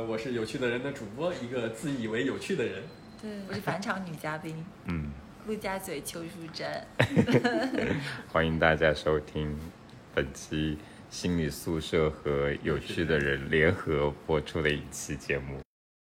我是有趣的人的主播，一个自以为有趣的人。 对，我是返场女嘉宾。陆家嘴邱淑贞。 欢迎大家收听本期心理宿舍和有趣的人联合播出的一期节目。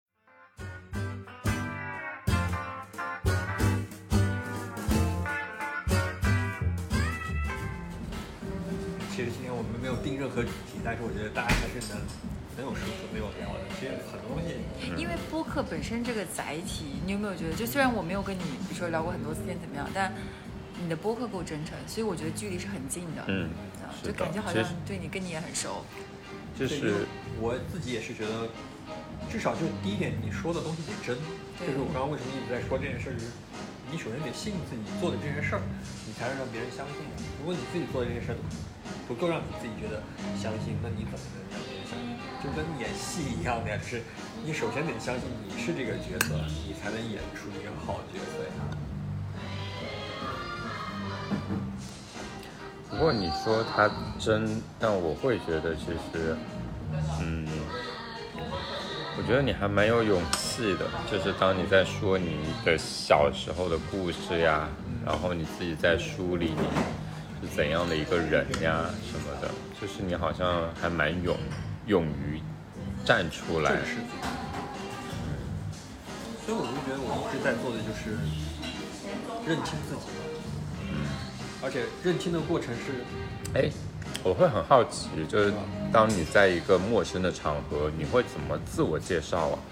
其实今天我们没有定任何主题，但是我觉得大家还是能有说没有聊的。其实很多东西， 因为播客本身这个载体，你有没有觉得，就虽然我没有跟你比如说聊过很多次天怎么样，但你的播客够真诚，所以我觉得距离是很近的。就感觉好像对你跟你也很熟。 就是我自己也是觉得，至少就是第一点，你说的东西得真。就是我刚刚为什么一直在说这件事，就是你首先得信自己做的这件事儿，你才能让别人相信的。如果你自己做的这件事不够让你自己觉得相信，那你怎么能让别人相信？就跟演戏一样的呀，就是你首先得相信你是这个角色，你才能演出一个好角色呀。 不过你说他真，但我会觉得其实，我觉得你还蛮有勇气的，就是当你在说你的小时候的故事呀，然后你自己在梳理你是怎样的一个人呀什么的，就是你好像还蛮勇于站出来。 所以我就觉得我一直在做的就是认清自己，而且认清的过程是， 我会很好奇，就是当你在一个陌生的场合，你会怎么自我介绍啊？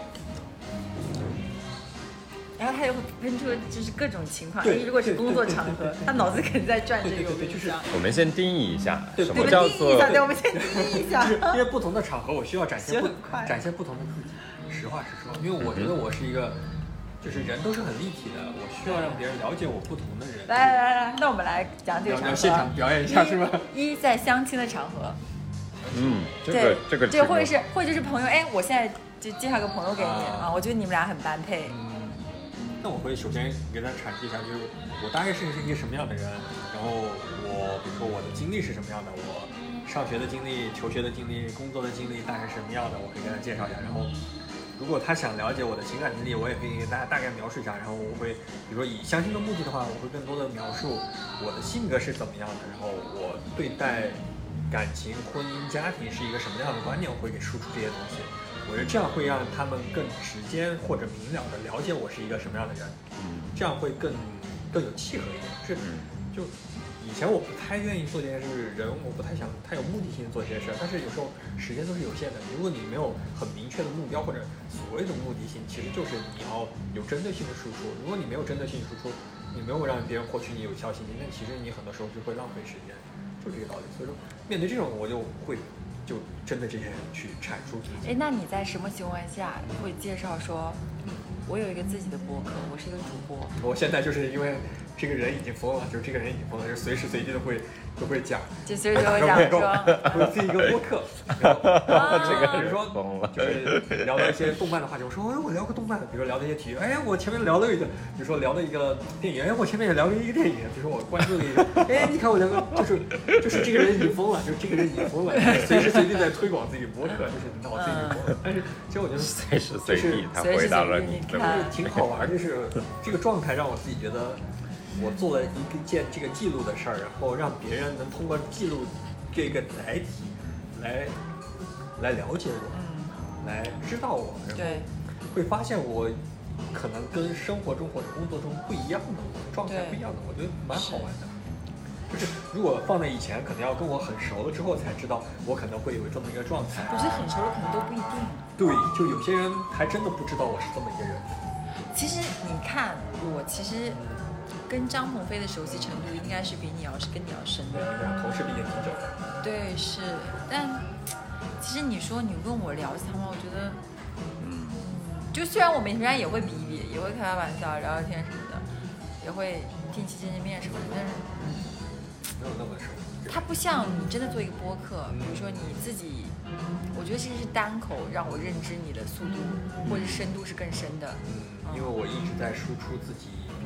然后他又会分出就是各种情况，如果是工作场合，他脑子肯定在转这个。 就是我们先定义一下，什么叫做？ 对，我们先定义一下。 因为不同的场合，我需要展现不同的自己。实话实说，因为我觉得我是一个，就是人都是很立体的，我需要让别人了解我不同的人。 来，那我们来讲这个场合。 现场表演一下是吧？ 一在相亲的场合。 这个或者是朋友，我现在就介绍个朋友给你啊，我觉得你们俩很般配。 那我会首先给他阐释一下，就是我大概是一个什么样的人，然后我比如说我的经历是什么样的，我上学的经历、求学的经历、工作的经历大概是什么样的，我可以跟他介绍一下。然后如果他想了解我的情感经历，我也可以给大家大概描述一下。然后我会比如说以相亲的目的的话，我会更多的描述我的性格是怎么样的，然后我对待感情、婚姻、家庭是一个什么样的观念，我会给输出这些东西。我觉得这样会让他们更直接或者明了的了解我是一个什么样的人，这样会更有契合一点。就以前我不太愿意做这件事，我不太想太有目的性的做这些事，但是有时候时间都是有限的。如果你没有很明确的目标或者所谓的目的性，其实就是你要有针对性的输出。如果你没有针对性输出，你没有让别人获取你有效信息，那其实你很多时候就会浪费时间，就这个道理。所以说，面对这种，我就会针对这些人去阐述自己。 那你在什么情况下会介绍说，我有一个自己的播客，我是一个主播？ 我现在就是因为这个人已经疯了，就随时随地都会讲， 就随时都会讲说， 我自己一个播客。 这个比如说疯了， 就是聊到一些动漫的话题，我说我聊个动漫，比如说聊的一些体育，我前面聊了一个，比如说聊了一个电影，我前面也聊了一个电影，比如说我关注了一个，你看我聊个，就是这个人已经疯了，就是这个人已经疯了，随时随地在推广自己播客，就是脑子已经疯了。但是其实我觉得随时随地他回答了你的问题， 挺好玩，就是这个状态让我自己觉得我做了一件这个记录的事儿，然后让别人能通过记录这个载体来了解我，来知道我，然后会发现我可能跟生活中或者工作中不一样的，我的状态不一样的，我觉得蛮好玩的。就是如果放在以前，可能要跟我很熟了之后才知道，我可能会有这么一个状态。 我觉得很熟了可能都不一定。 对，就有些人还真的不知道我是这么一个人。 其实你看，我其实跟张鹏飞的熟悉程度应该是跟你要深的。 同事毕竟挺久的。 对，是，但其实你说你问我了解他们，我觉得，就虽然我们平常也会比一比，也会开玩笑、聊聊天什么的，也会定期见面什么的，但是没有那么熟。 它不像你真的做一个播客，比如说你自己，我觉得其实是单口让我认知你的速度或者深度是更深的。 因为我一直在输出自己比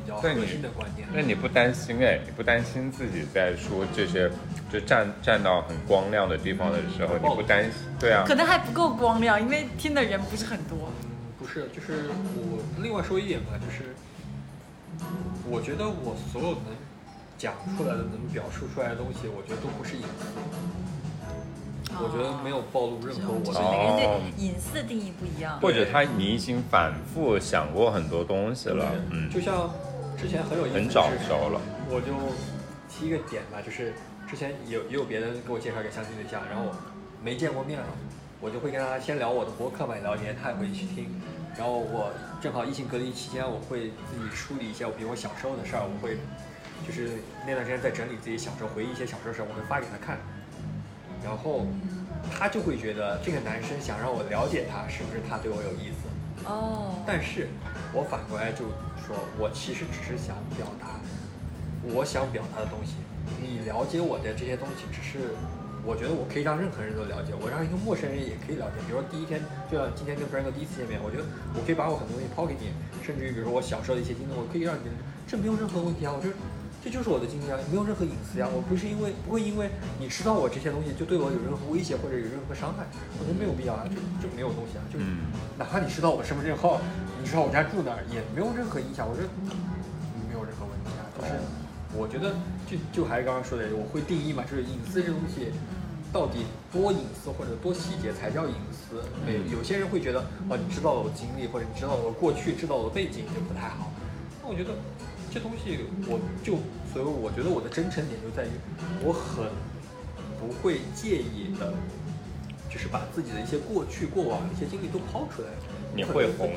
较核心的观念。 那你不担心你不担心自己在说这些，就站到很光亮的地方的时候，你不担心？对啊， 可能还不够光亮，因为听的人不是很多。 不是，就是我另外说一点吧，就是我觉得我所有能讲出来的、能表述出来的东西，我觉得都不是隐私。我觉得没有暴露任何我的。 每个人对隐私的定义不一样。 或者你已经反复想过很多东西了， 就像之前很有意思， 很早熟了。 我就提一个点吧，就是之前也有别人给我介绍一个相亲对象，然后没见过面了，我就会跟他先聊我的博客嘛，聊天，他也会去听。然后我正好疫情隔离期间，我会自己梳理一些比如我小时候的事儿，我会就是那段时间在整理自己小时候，回忆一些小时候的事儿，我会发给他看。然后他就会觉得这个男生想让我了解他，是不是他对我有意思？但是我反过来就说，我其实只是想表达我想表达的东西。你了解我的这些东西，只是我觉得我可以让任何人都了解，我让一个陌生人也可以了解。比如说第一天，就像今天跟 Frank 第一次见面，我觉得我可以把我很多东西抛给你，甚至于比如说我小时候的一些经历，我可以让你，这没有任何问题啊。我觉得这就是我的经历啊，没有任何隐私呀。我不会因为你知道我这些东西就对我有任何威胁或者有任何伤害，我觉得没有必要啊，就没有东西啊，就哪怕你知道我身份证号，你知道我家住哪儿，也没有任何影响。我觉得没有任何问题啊，就是我觉得就还是刚刚说的，我会定义嘛，就是隐私这东西到底多隐私或者多细节才叫隐私。有些人会觉得你知道了我经历，或者你知道我过去，知道我的背景就不太好。那我觉得这东西所以我觉得我的真诚点就在于，我很不会介意的，就是把自己的一些过去过往的一些经历都抛出来。 你会红。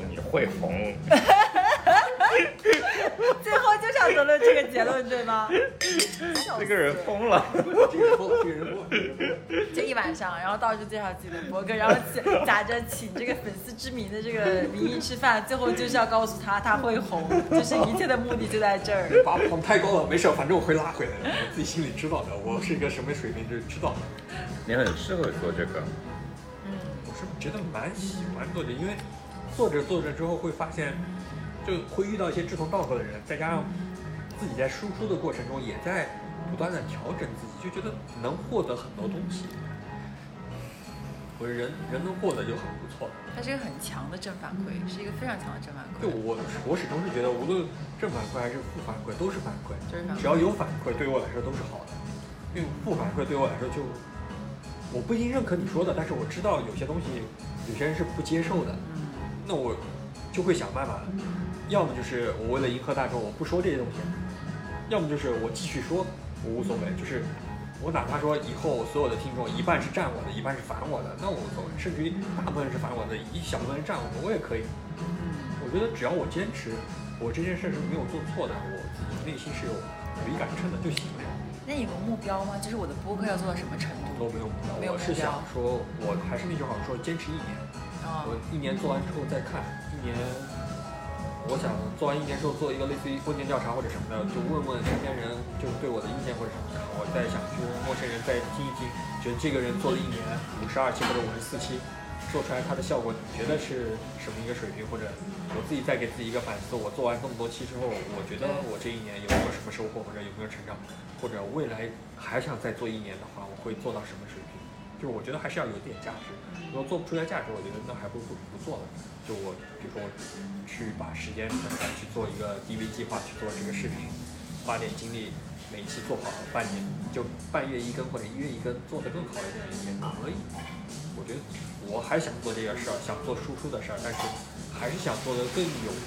最后就想得了这个结论，对吗？ 这个人疯了， 这个人疯了。 就一晚上，然后到处介绍自己的博客，然后打着请这个粉丝之名的这个名义吃饭，最后就是要告诉他会红，就是一切的目的就在这儿。 把我捧太高了，没事，反正我会拉回来的，我自己心里知道的，我是一个什么水平就知道的。 你很适合做这个。 我是觉得蛮喜欢做的，因为做着之后会发现，就会遇到一些志同道合的人，再加上自己在输出的过程中也在不断的调整自己，就觉得能获得很多东西。我人能获得就很不错了。 它是一个很强的正反馈，是一个非常强的正反馈。 对，我始终是觉得，无论正反馈还是负反馈，都是反馈。只要有反馈，对于我来说都是好的。因为负反馈对我来说我不一定认可你说的，但是我知道有些东西有些人是不接受的。那我就会想办法，要么就是我为了迎合大众，我不说这些东西；要么就是我继续说，我无所谓。就是我哪怕说以后所有的听众一半是站我的，一半是反我的，那我无所谓。甚至于大部分是反我的，一小部分是站我的，我也可以。我觉得只要我坚持，我这件事是没有做错的，我自己内心是有一杆秤的就行了。 那你有目标吗？就是我的播客要做到什么程度？ 都没有目标。我是想说，我还是那句话说，坚持1年。我1年做完之后再看1年。我想做完1年之后做一个类似于问卷调查或者什么的，就问问身边人，就是对我的意见或者什么的。我再想去陌生人再听一听，觉得这个人做了1年52期或者54期，做出来它的效果，你觉得是什么一个水平？或者我自己再给自己一个反思，我做完这么多期之后，我觉得我这1年有没有什么收获，或者有没有成长，或者未来还想再做1年的话，我会做到什么水平？就是我觉得还是要有点价值。如果做不出来价值，我觉得那还不如不做了。就我比如说我去把时间分开去做一个 DV 计划，去做这个视频，花点精力每一期做好半年，就半月1更或者1月1更，做得更好一点也可以。我觉得我还想做这个事儿，想做输出的事儿，但是还是想做的更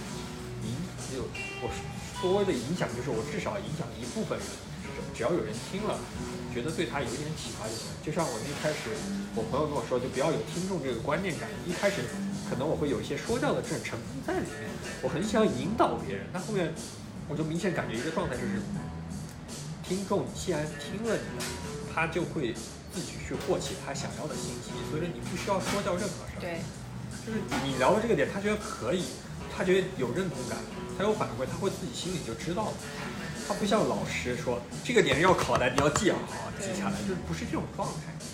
我所谓的影响，就是我至少影响一部分人，只要有人听了，觉得对他有一点启发就行。就像我一开始，我朋友跟我说，就不要有听众这个观念感。一开始可能我会有一些说教的这种成分在里面，我很想引导别人，但后面我就明显感觉一个状态，就是听众既然听了你的，他就会自己去获取他想要的信息，所以你不需要说教任何事儿。 对， 就是你聊到这个点，他觉得可以，他觉得有认同感，他有反馈，他会自己心里就知道了。他不像老师说这个点要考的，你要记好记下来，就是不是这种状态。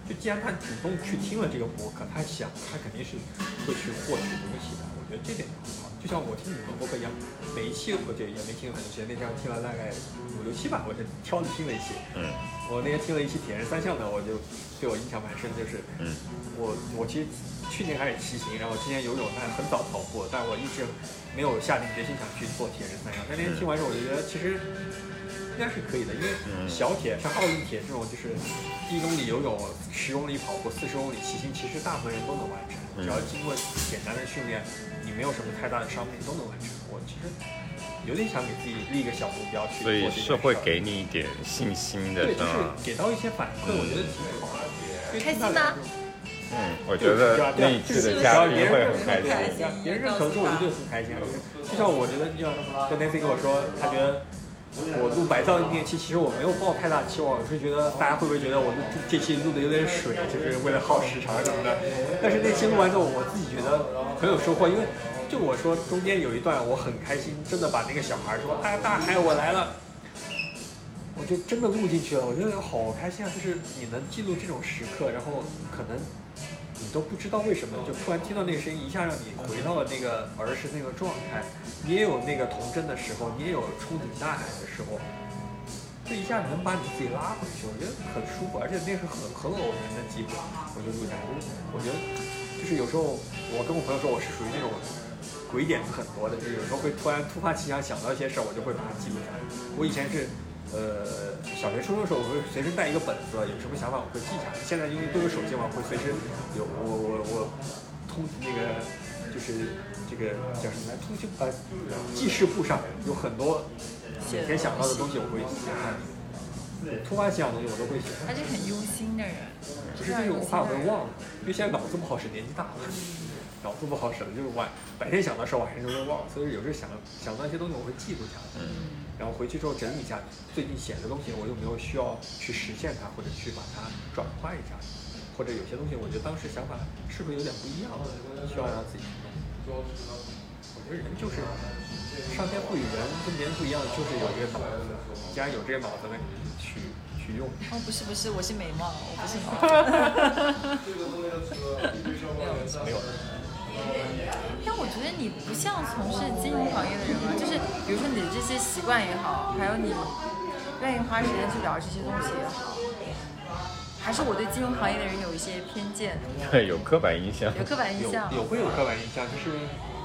就既然他主动去听了这个播客，他肯定是会去获取东西的。我觉得这点就很好。就像我听你们播客一样，每一期我也没听很多期，那天听了大概5、6期吧，我就挑着听了一期。我那天听了一期铁人3项的，我就对我印象蛮深，就是我其实去年开始骑行，然后今年游泳，但很早跑步，但我一直没有下定决心想去做铁人3项。但那天听完之后，我就觉得其实应该是可以的，因为小铁像奥运铁这种，就是1公里游泳、10公里跑步、40公里骑行，其实大部分人都能完成，只要经过简单的训练，你没有什么太大的伤病都能完成。我其实有点想给自己立一个小目标去做这件事， 所以是会给你一点信心的， 对，就是给到一些反馈，我觉得挺好的。 开心吗？ 我觉得那一次的嘉宾会很开心。 别人认可之后，我就很开心。就像我觉得，就像跟 Nancy 跟我说，他觉得我录白噪音那期，其实我没有抱太大期望，我是觉得大家会不会觉得我这期录的有点水，就是为了耗时长什么的。但是那期录完之后，我自己觉得很有收获，因为就我说中间有一段我很开心，真的把那个小孩说大海我来了，我就真的录进去了，我觉得好开心啊！就是你能记录这种时刻，然后可能你都不知道为什么，就突然听到那个声音，一下让你回到了那个儿时那个状态。你也有那个童真的时候，你也有憧憬大海的时候，这一下能把你自己拉回去，我觉得很舒服，而且那是很偶然的机会，我就录下来。我觉得就是有时候我跟我朋友说，我是属于那种鬼点子很多的，就是有时候会突然突发奇想想到一些事儿，我就会把它记录下来。我以前是小学初中的时候，我会随身带一个本子，有什么想法我会记下来。现在因为都有手机嘛，会随时有我通那个就是这个叫什么来，记事簿上有很多每天想到的东西，我会写下来。突发奇想的东西我都会写。 他是很用心的人， 不是这种我怕我会忘了，因为现在脑子不好使，年纪大了。脑子不好使了，就是白天想的事晚上就会忘，所以有时候想到一些东西，我会记录下来，然后回去之后整理一下最近写的东西，我有没有需要去实现它，或者去把它转化一下，或者有些东西我觉得当时想法是不是有点不一样，需要让自己去弄。我觉得人就是上天赋予人跟别人不一样，就是有这个脑子，既然有这个脑子呢，去用。 哦，不是，我是美貌，我不是脑子。 没有。 但我觉得你不像从事金融行业的人啊，就是比如说你的这些习惯也好，还有你愿意花时间去聊这些东西也好，还是我对金融行业的人有一些偏见。 对，有刻板印象。 有刻板印象。 会有刻板印象，就是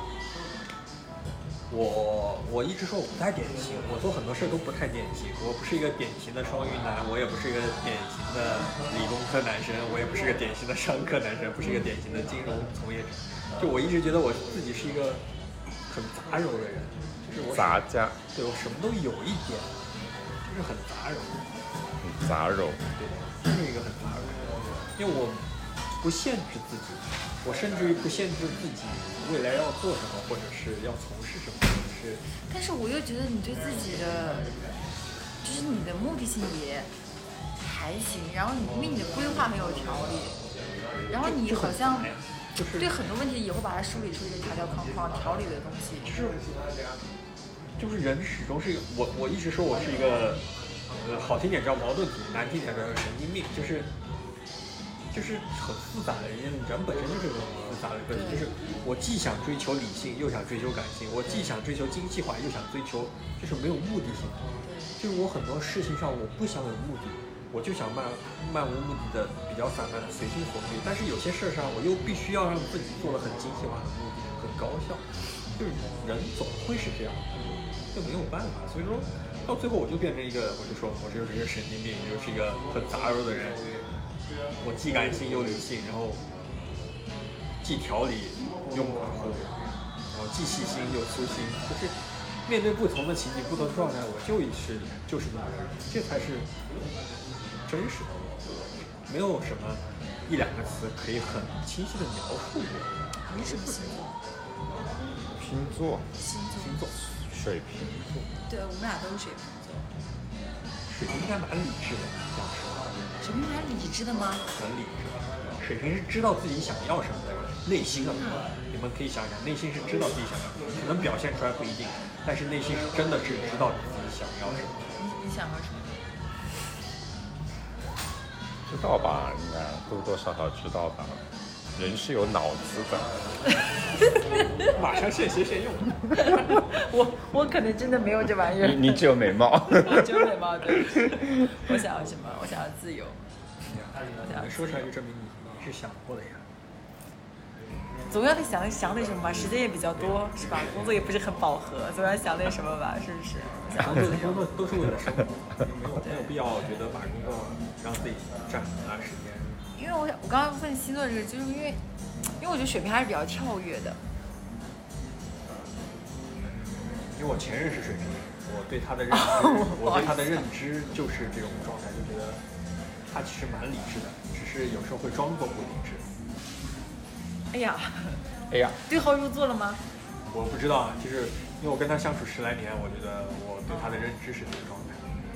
我一直说我不太典型，我做很多事都不太典型，我不是一个典型的双鱼男，我也不是一个典型的理工科男生，我也不是一个典型的商科男生，不是一个典型的金融从业者。就我一直觉得我自己是一个很杂糅的人，就是我杂家， 对我什么都有一点，就是很杂糅。 很杂糅。 对，就是一个很杂糅，因为我不限制自己，我甚至于不限制自己未来要做什么，或者是要从事什么，是。 但是我又觉得你对自己的，就是你的目的性也还行，然后因为你的规划很有条理，然后你好像对很多问题也会把它梳理出一个条框条理的东西。 就是人始终是一个，我一直说我是一个，好听点叫矛盾体，难听点叫神经病，就是很复杂的人本身就是个很复杂的个体，就是我既想追求理性，又想追求感性，我既想追求精细化，又想追求就是没有目的性，就是我很多事情上我不想有目的，我就想漫无目的的比较散漫的随心所欲，但是有些事上我又必须要让自己做的很精细化、很目的、很高效，就是人总会是这样，就没有办法，所以说到最后我就变成一个，我就说我就是一个神经病，就是一个很杂糅的人。我既感性又理性，然后既条理又马虎，然后既细心又粗心，就是面对不同的情景、不同的状态，我就是那么个人，这才是真实的。没有什么1、2个词可以很清晰的描述我。 你什么星座？ 星座，水瓶座。 对，我们俩都是水瓶座。 水瓶应该蛮理智的，讲实话。 水瓶还理智的吗？ 很理智。水瓶是知道自己想要什么的人，内心啊，你们可以想想，内心是知道自己想要什么，可能表现出来不一定，但是内心是真的是知道自己想要什么。 你想要什么？ 知道吧？应该多多少少知道吧。人是有脑子的。 马上现学现用。 我可能真的没有这玩意儿。 你只有美貌。 我只有美貌，对。我想要什么？我想要自由。 说出来就证明你是想过的呀。 总要得想点什么吧，时间也比较多，是吧？工作也不是很饱和，总要想点什么吧，是不是？ 工作都是为了生活，没有必要觉得把工作让自己占很大时间。 因为我刚刚问星座这个，就是因为我觉得水瓶还是比较跳跃的。 因为我前任是水瓶，我对他的认知就是这种状态，就觉得他其实蛮理智的，只是有时候会装作不理智。 哎呀，对号入座了吗？ 我不知道，就是因为我跟他相处10来年，我觉得我对他的认知是这个状态。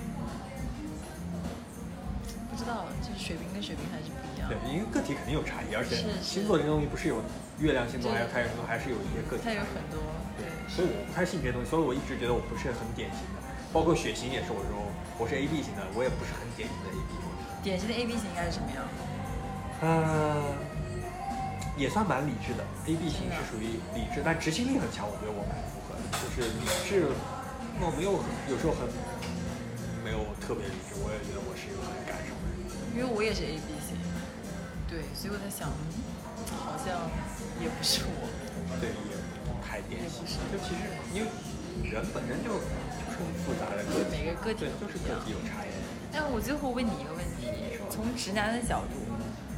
不知道，就是水瓶跟水瓶还是不一样。 对，因为个体肯定有差异，而且是星座这东西不是有月亮星座还有太阳星座，还是有一些个体差异。 它有很多，对。 所以我不太信这些东西，所以我一直觉得我不是很典型的。包括血型也是，我说我是 AB 型的，我也不是很典型的 AB。 典型的 AB 型应该是什么样？ 也算蛮理智的。AB 型是属于理智，但执行力很强，我觉得我蛮符合的。就是理智，我没有有时候很没有特别理智，我也觉得我是一个很感受的人。 因为我也是 AB 型，对，所以我在想，好像也不是我。 对，也不太典型。就其实因为人本身就是很复杂的个体， 每个个体对，就是个体有差异。 但我最后问你一个问题，从直男的角度，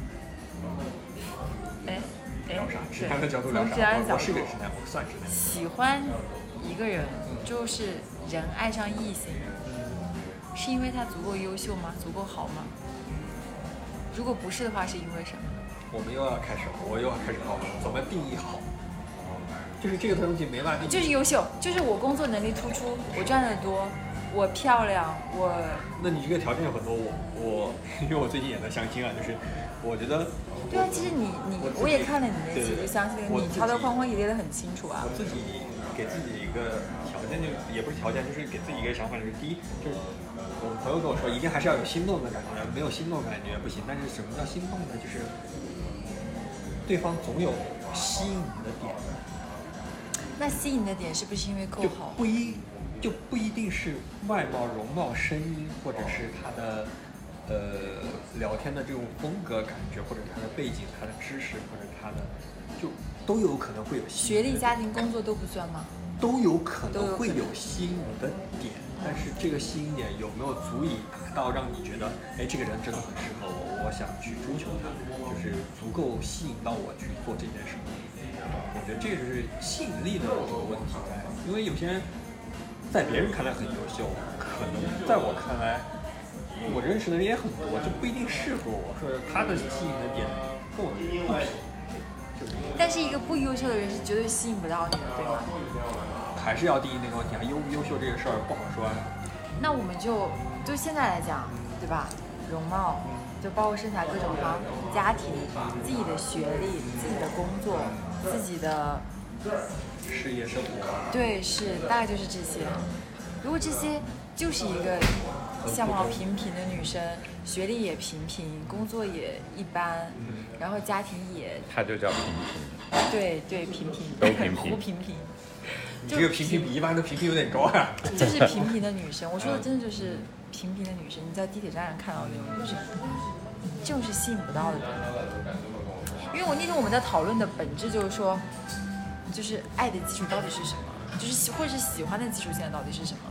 聊啥？直男的角度聊啥？ 从直男的角度， 我是个直男，我算直男。 喜欢一个人，就是人爱上异性，是因为他足够优秀吗？足够好吗？如果不是的话，是因为什么？ 我们又要开始了，我又要开始讨论怎么定义好。就是这个东西没办法定义。 就是优秀，就是我工作能力突出，我赚得多，我漂亮，我。 那你这个条件有很多，我因为我最近也在相亲啊，就是我觉得。 对啊，其实我也看了你那几个相亲，你条条框框也列得很清楚啊。 我自己给自己一个条件，就也不是条件，就是给自己一个想法，就是第一，就是我朋友跟我说，一定还是要有心动的感觉，没有心动感觉不行。但是什么叫心动呢？就是对方总有吸引你的点。 那吸引的点是不是因为够好？ 就不一定是外貌、容貌、声音，或者是他的聊天的这种风格感觉，或者他的背景、他的知识，或者他的就都有可能会有学历、家庭、工作都不算吗？ 都有可能会有吸引你的点，但是这个吸引点有没有足以达到让你觉得，哎，这个人真的很适合我，我想去追求他，就是足够吸引到我去做这件事。我觉得这就是吸引力的这个问题在，因为有些人在别人看来很优秀，可能在我看来，我认识的人也很多，就不一定适合我，说他的吸引的点跟我不匹配。 但是一个不优秀的人是绝对吸引不到你的，对吗？ 还是要定义那个问题啊，优不优秀这个事儿不好说啊。 那我们就现在来讲，对吧？容貌，就包括身材各种哈，家庭、自己的学历、自己的工作、自己的事业生活。 对，是大概就是这些。如果这些就是一个相貌平平的女生，学历也平平，工作也一般，然后家庭也， 她就叫平平。 对，平平， 都平平， 胡平平。 你这个平平比一般的平平有点高啊。 就是平平的女生，我说的真的就是平平的女生。你在地铁站上看到的那种女生，这种是吸引不到的人。因为那天我们在讨论的本质就是说，就是爱的基础到底是什么，就是或者是喜欢的基础现在到底是什么。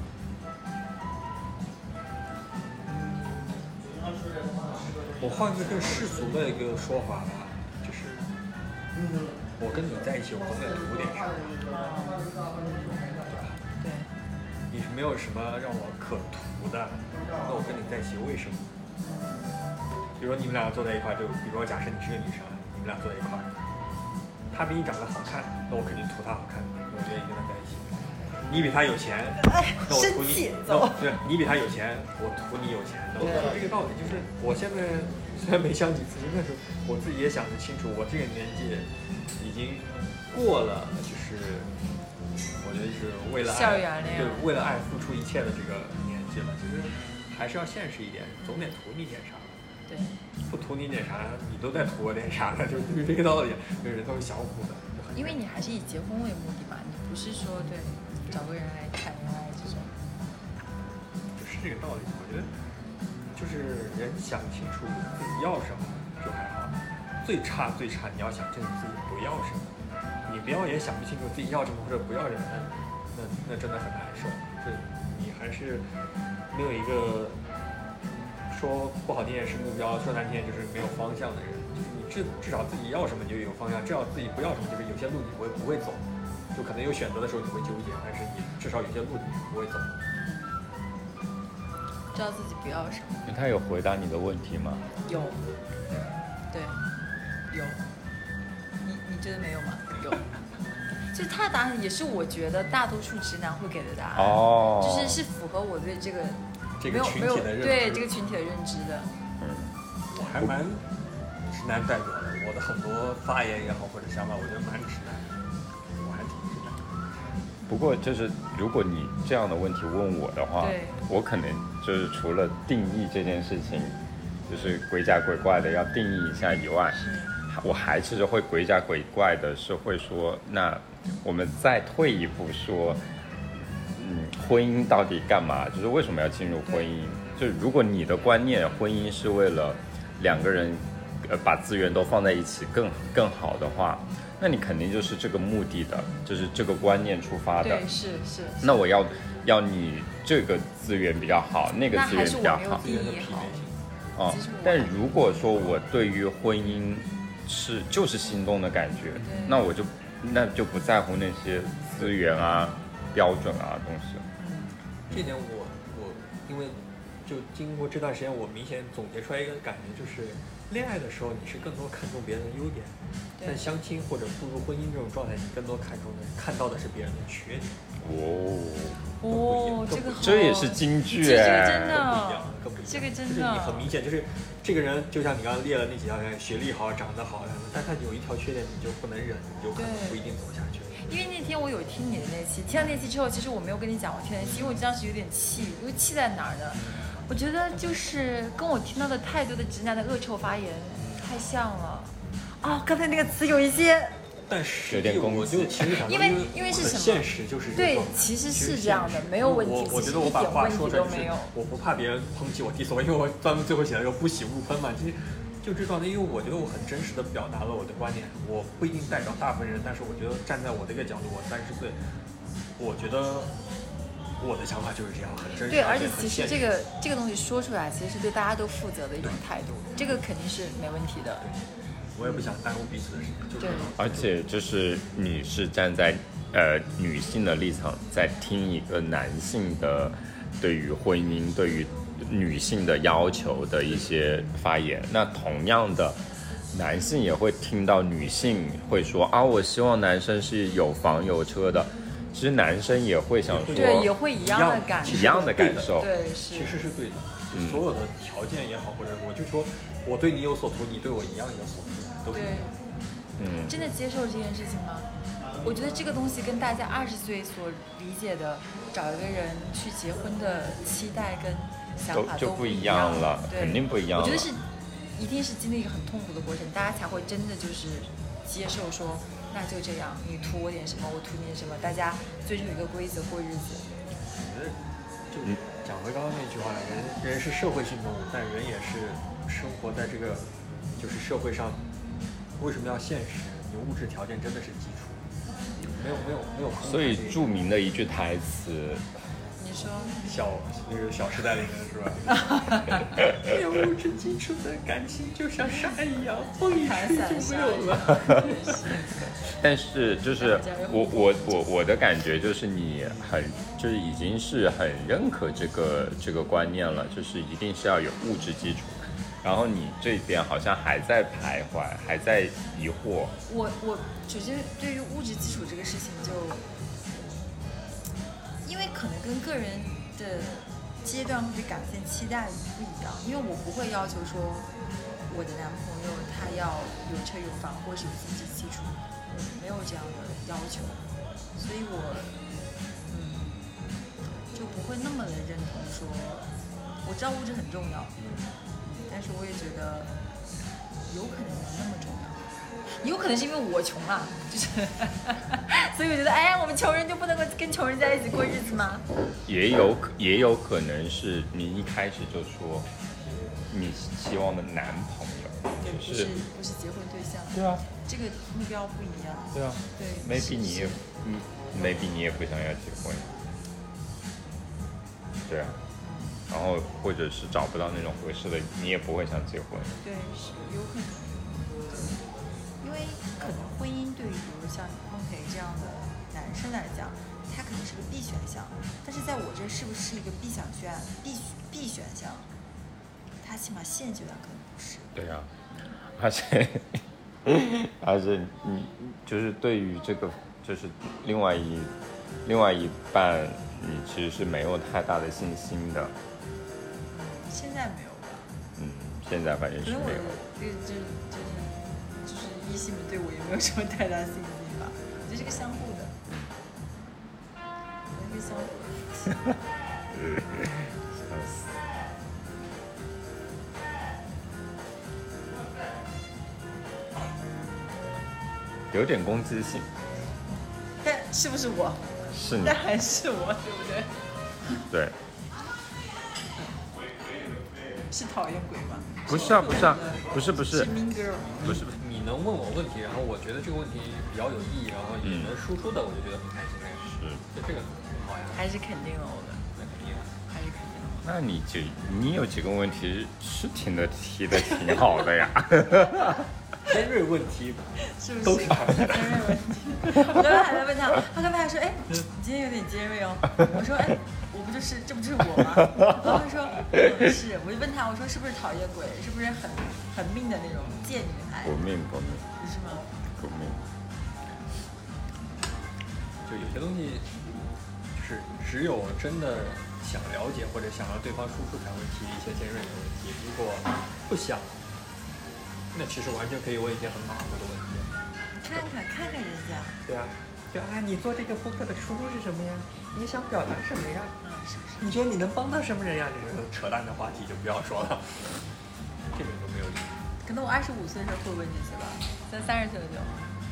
我换一个更世俗的一个说法吧，就是我跟你在一起，我总得图点啥， 对。 你是没有什么让我可图的，那我跟你在一起为什么？比如说你们俩坐在一块，就比如说假设你是个女生，你们俩坐在一块，她比你长得好看，那我肯定图她好看，我觉得你跟她在一起。你比他有钱，那我图你，对，你比他有钱，我图你有钱。那我说这个道理就是，我现在虽然没相几次亲，但是我自己也想得清楚，我这个年纪已经过了，就是我觉得是为了爱，对，为了爱付出一切的这个年纪了。其实还是要现实一点，总得图你点啥。 对， 不图你点啥，你都在图我点啥了，就是这个道理，就是人都是相互的。 因为你还是以结婚为目的嘛，你不是说对找个人来谈恋爱这种。 就是这个道理，我觉得就是人想清楚自己要什么就还好，最差你要想清楚自己不要什么，你不要也想不清楚自己要什么或者不要什么，那真的很难受。就你还是没有一个说不好听也是目标，说难听就是没有方向的人。就是你至少自己要什么你就有方向，至少自己不要什么就是有些路你不会走，就可能有选择的时候你会纠结，但是你至少有些路你是不会走。 知道自己不要什么。 他有回答你的问题吗？ 有，对，有。你觉得没有吗？有。就是他的答案也是我觉得大多数直男会给的答案，就是符合我对这个群体的认知， 对这个群体的认知的。 我还蛮直男代表的，我的很多发言也好或者想法，我觉得蛮直男的，我还挺直男。 不过就是如果你这样的问题问我的话，我可能就是除了定义这件事情，就是鬼假鬼怪的要定义一下以外，我还是会鬼假鬼怪的是会说，那我们再退一步说，婚姻到底干嘛？就是为什么要进入婚姻？就是如果你的观念婚姻是为了两个人把资源都放在一起更好的话，那你肯定就是这个目的的，就是这个观念出发的。 对，是。 那我要你这个资源比较好，那个资源比较好。但如果说我对于婚姻就是心动的感觉，那就不在乎那些资源啊、标准啊东西。 这点我因为就经过这段时间，我明显总结出来一个感觉，就是恋爱的时候你是更多看重别人的优点，但相亲或者步入婚姻这种状态，你更多看到的是别人的缺点。 这也是金句这个真的更不一样， 这个真的就是你很明显就是这个人，就像你刚刚列了那几条条，学历好，长得好，但他有一条缺点你就不能忍，你就可能不一定走下去。 因为那天我有听你的那期，听了那期之后，其实我没有跟你讲我听那期，因为我当时有点气，因为气在哪儿呢？我觉得就是跟我听到的太多的直男的恶臭发言太像了。刚才那个词有一些。 但是我就其实想， 因为是什么？ 现实就是对，其实是这样的，没有问题。 我觉得我把话说出来没有， 我不怕别人抨击我低俗，因为我专门最后写了一个不喜勿喷嘛。其实就这状态，因为我觉得我很真实的表达了我的观点，我不一定代表大部分人，但是我觉得站在我这个角度，我30岁，我觉得我的想法就是这样，很真实。 对，而且其实这个东西说出来，其实是对大家都负责的一种态度，这个肯定是没问题的。 我也不想耽误彼此的时间，就是而且就是你是站在女性的立场，在听一个男性的对于婚姻、对于女性的要求的一些发言，那同样的，男性也会听到女性会说我希望男生是有房有车的。其实男生也会想说， 对，也会一样的感受， 对， 其实是对的。所有的条件也好，或者我就说我对你有所图，你对我一样有所图，都是。 真的接受这件事情吗？我觉得这个东西跟大家20岁所理解的找一个人去结婚的期待跟想法就不一样了，肯定不一样了。 我觉得一定是经历一个很痛苦的过程，大家才会真的就是接受说，那就这样，你图我点什么，我图你点什么，大家遵守一个规则过日子。 我觉得就讲回刚刚那句话，人是社会性动物，但人也是生活在这个就是社会上。为什么要现实？你物质条件真的是基础，没有。 所以著名的一句台词， 你说那个《小时代》里面是吧？没有物质基础的感情就像沙一样，风一吹就没有了。 但是就是我的感觉就是你就是已经是很认可这个观念了，就是一定是要有物质基础。然后你这边好像还在徘徊，还在疑惑。 我首先对于物质基础这个事情因为可能跟个人的阶段或者感情期待不一样，因为我不会要求说我的男朋友他要有车有房或是有经济基础，没有这样的要求，所以我就不会那么的认同说，我知道物质很重要。 但是我也觉得有可能没那么重要。有可能是因为我穷啊，就是，所以我觉得，哎，我们穷人就不能够跟穷人在一起过日子吗？ 也有可能是你一开始就说你希望的男朋友， 不是结婚对象。 对啊， 这个目标不一样。 对啊， 对 ，maybe 你也不想要结婚，对啊，然后或者是找不到那种合适的，你也不会想结婚。 对，是有可能。因为可能婚姻对于比如像孟培这样的男生来讲，他可能是个必选项，但是在我这是不是一个必选项？他起码现阶段可能不是。 对啊，而且你就是对于这个就是另外一半，你其实是没有太大的信心的。 现在没有吧？ 现在反正是没有。 就是异性们对我也没有什么太大信心吧，这是个相互的，一个相互的。 有点攻击性， 但是不是我？ 是你， 但还是我，对不对？ 对。 是讨厌鬼吗？ 不是啊，不是。 是 mean girl。 不是， 你能问我问题，然后我觉得这个问题比较有意义，然后也能输出的，我就觉得很开心。 是， 就这个很好呀。 还是肯定了我的， 那肯定。 还是肯定了。 那你有几个问题是提的挺好的呀。 尖锐问题是不是都是他尖锐问题？我刚才还在问他，他刚才还说，哎，你今天有点尖锐哦。我说，哎，这不就是我吗？然后他说，是。我就问他，我说是不是讨厌鬼？是不是很命的那种贱女孩？ 不命。 不是吗？ 不命。 就有些东西，就是只有真的想了解或者想让对方输出才会提一些尖锐的问题。如果不想，那其实完全可以问一些很马虎的问题。 看看人家。 对啊，就你做这个播客的初衷是什么呀？你想表达什么呀？ 是不是？ 你觉得你能帮到什么人呀？这种扯淡的话题就不要说了，这种都没有意义。 可能我25岁的时候会问这些吧，在30岁就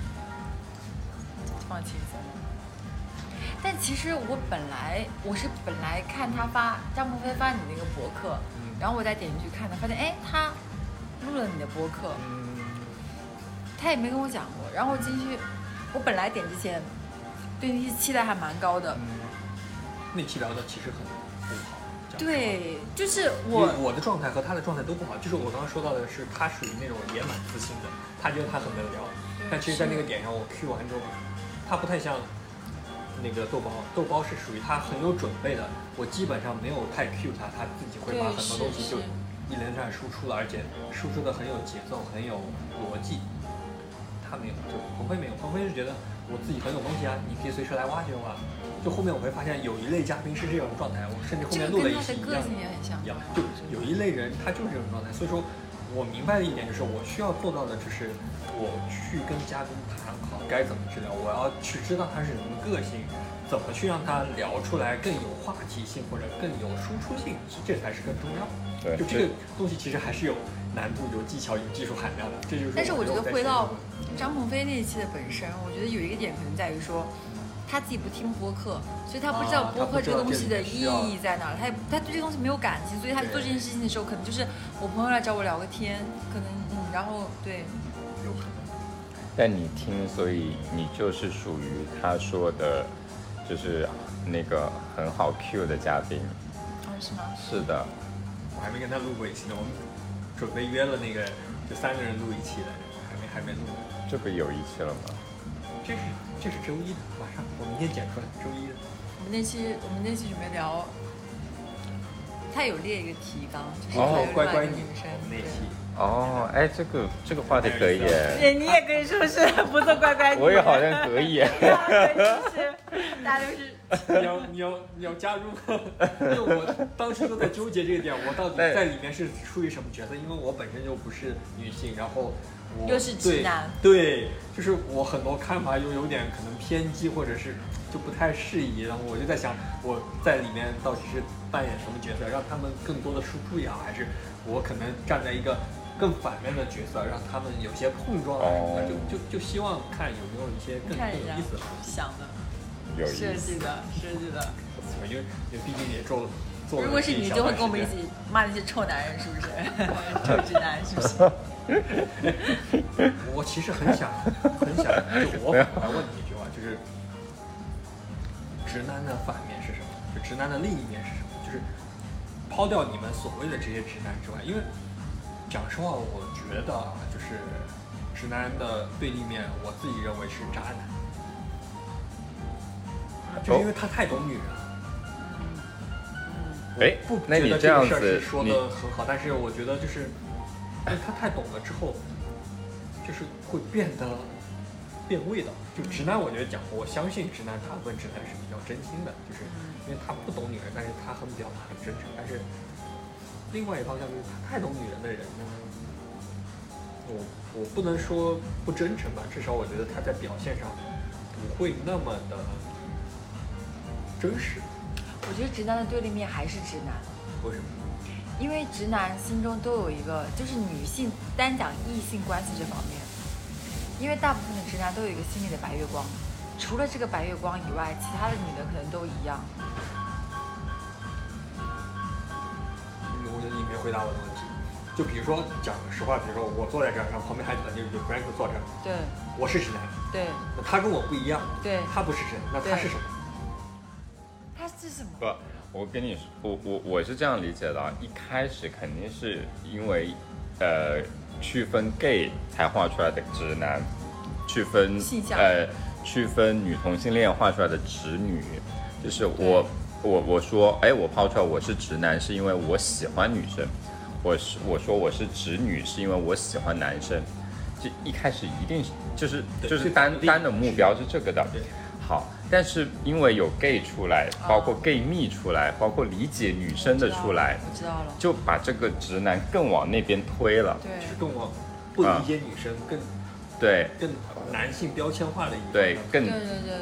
放轻松。但其实我本来看他张鹏飞发你那个博客，然后我再点进去看他，发现哎他录了你的播客，他也没跟我讲过。然后我进去，我本来点之前对那些期待还蛮高的。 那期聊的其实很不好。 对，就是我的状态和他的状态都不好。就是我刚刚说到的是，他属于那种也蛮自信的，他觉得他很能聊，但其实，在那个点上我 Q 完之后，他不太像那个豆包是属于他很有准备的。我基本上没有太 Q 他，他自己会把很多东西就一连串输出了，而且输出的很有节奏，很有逻辑。他没有，就鹏飞没有，鹏飞是觉得我自己很有东西啊，你可以随时来挖掘我。就后面我会发现有一类嘉宾是这种状态，我甚至后面录了一期一样，就有一类人他就是这种状态。所以说我明白的一点就是，我需要做到的就是我去跟嘉宾谈好该怎么治疗，我要去知道他是什么个性，怎么去让他聊出来更有话题性或者更有输出性，这才是更重要的。 对， 就这个东西其实还是有难度、有技巧、有技术含量的。这就是。 但是我觉得回到张鹏飞那一期的本身，我觉得有一个点可能在于说，他自己不听播客，所以他不知道播客这个东西的意义在哪儿，他对这个东西没有感情，所以他做这件事情的时候，可能就是我朋友来找我聊个天，可能然后对， 有可能。 但你听，所以你就是属于他说的，就是那个很好 Q 的嘉宾。 是吗？ 是的。 我还没跟他录过一期呢，我们准备约了那个就3个人录一期的，还没录。 这不有一期了吗？ 这是周一的，马上我明天剪出来，周一的。 我们那期准备聊，他有列一个提纲，就是乖乖女生那期。 哦，哎，这个话题可以耶。 你也可以说是不做乖乖女。 我也好像可以。 大家都是。 你要加入，因为我当时都在纠结这个点，我到底在里面是出于什么角色？因为我本身就不是女性，然后又是直男， 对，就是我很多看法又有点可能偏激，或者是就不太适宜，然后我就在想，我在里面到底是扮演什么角色，让他们更多的输出也好，还是我可能站在一个更反面的角色，让他们有些碰撞啊什么的，就希望看有没有一些更有意思的想的， 有意思设计的， 因为毕竟也做了。 如果是你，就会跟我们一起骂那些臭男人，是不是？臭直男，是不是？ 我其实很想，就我反过来问你一句话，就是直男的反面是什么？就直男的另一面是什么？就是抛掉你们所谓的这些直男之外，因为讲实话，我觉得就是直男的对立面，我自己认为是渣男，就因为他太懂女人了。 哎，那你这样子说的很好，但是我觉得就是因为他太懂了之后，就是会变味道。就直男，我觉得我相信直男大部分直男是比较真心的，就是因为他不懂女人，但是他很表达很真诚。但是另外一方向就是他太懂女人的人呢，我不能说不真诚吧，至少我觉得他在表现上不会那么的真实。 我觉得直男的对立面还是直男。 为什么？ 因为直男心中都有一个，就是女性单讲异性关系这方面，因为大部分的直男都有一个心里的白月光，除了这个白月光以外，其他的女的可能都一样。 我觉得你没回答我的问题。就比如说讲实话，比如说我坐在这儿，然后旁边还有Frank坐这儿， 对， 我是直男， 对， 那他跟我不一样， 对， 他不是直男，那他是什么？ 他是什么？ 不，我跟你说，我是这样理解的啊。一开始肯定是因为，区分 gay 才画出来的直男，区分女同性恋画出来的直女，就是我说，哎，我抛出来我是直男，是因为我喜欢女生；我说我是直女，是因为我喜欢男生。就一开始一定就是单的目标是这个的。好，但是因为有 gay 出来，包括 gay 蜜出来，包括理解女生的出来， 我知道了， 就把这个直男更往那边推了， 对， 就是更往不理解女生，更男性标签化的一个， 对，更对，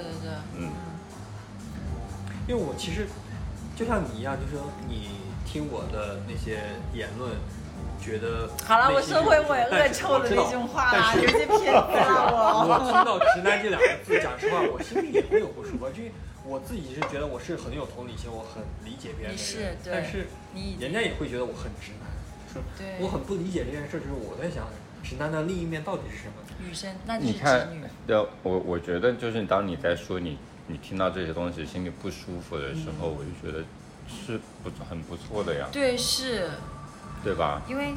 因为我其实就像你一样，就是说你听我的那些言论。觉得好了，我收回我恶臭的那种话啦，有些偏激了我听到直男这两个字，讲实话，我心里也会有不舒服，因为我自己是觉得我是很有同理心，我很理解别人的人，但是人家也会觉得我很直男，就是我很不理解这件事，就是我在想，直男的另一面到底是什么？ 女生，那就是直女。 你看，我觉得就是当你在说你听到这些东西心里不舒服的时候，我就觉得是很不错的呀。 对，是。 对吧？ 因为，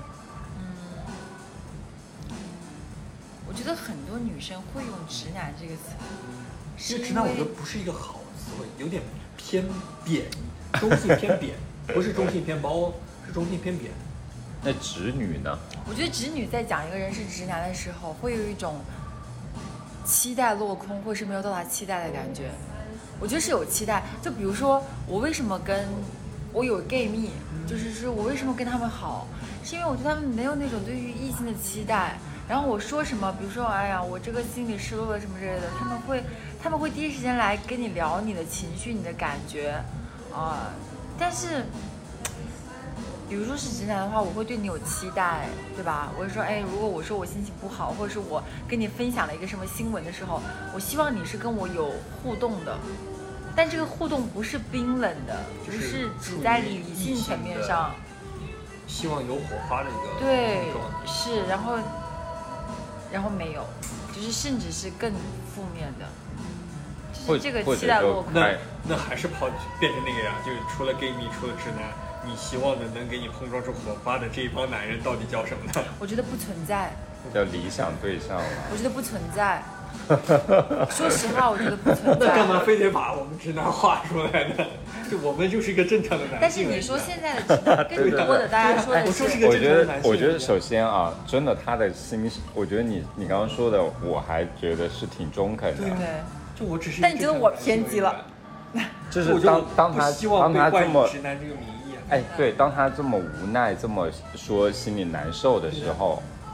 我觉得很多女生会用“直男”这个词， 因为直男我觉得不是一个好的词汇，有点偏贬，中性偏贬，不是中性偏褒，是中性偏贬。 那直女呢？ 我觉得直女在讲一个人是直男的时候，会有一种期待落空，或是没有到达期待的感觉。我觉得是有期待，就比如说我为什么我有 gay 蜜，就是我为什么跟他们好，是因为我对他们没有那种对于异性的期待。然后我说什么，比如说，哎呀，我这个心里失落了什么之类的，他们会第一时间来跟你聊你的情绪、你的感觉，但是，比如说是直男的话，我会对你有期待，对吧？我会说，哎，如果我说我心情不好，或者是我跟你分享了一个什么新闻的时候，我希望你是跟我有互动的。但这个互动不是冰冷的，不是只在理性层面上， 希望有火花的一个对，是，然后没有，就是甚至是更负面的，就是这个期待落空。 那还是变成那个呀，就是除了 gay 蜜，除了直男，你希望的能给你碰撞出火花的这一帮男人到底叫什么呢？ 我觉得不存在， 叫理想对象了。 我觉得不存在。说实话，我觉得不存在。 那干嘛非得把我们直男画出来呢？就我们就是一个正常的男性。 但是你说现在的直男更多的，大家说的是， 我觉得首先啊，真的他的心，我觉得你刚刚说的，我还觉得是挺中肯的。 对， 就我只是。 但你觉得我偏激了？ 就是当他这么直男这个名义， 哎，对，当他这么无奈，这么说心里难受的时候。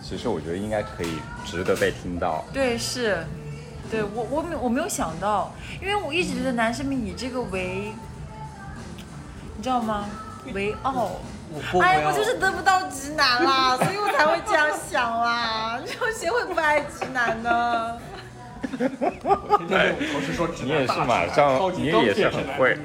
其实我觉得应该可以值得被听到。 对，是，对我没有想到，因为我一直觉得男生们以这个为，你知道吗？为傲。我就是得不到直男啦，所以我才会这样想啦。你说谁会不爱直男呢？ 我是说直男， 你也是马上，你也是很会。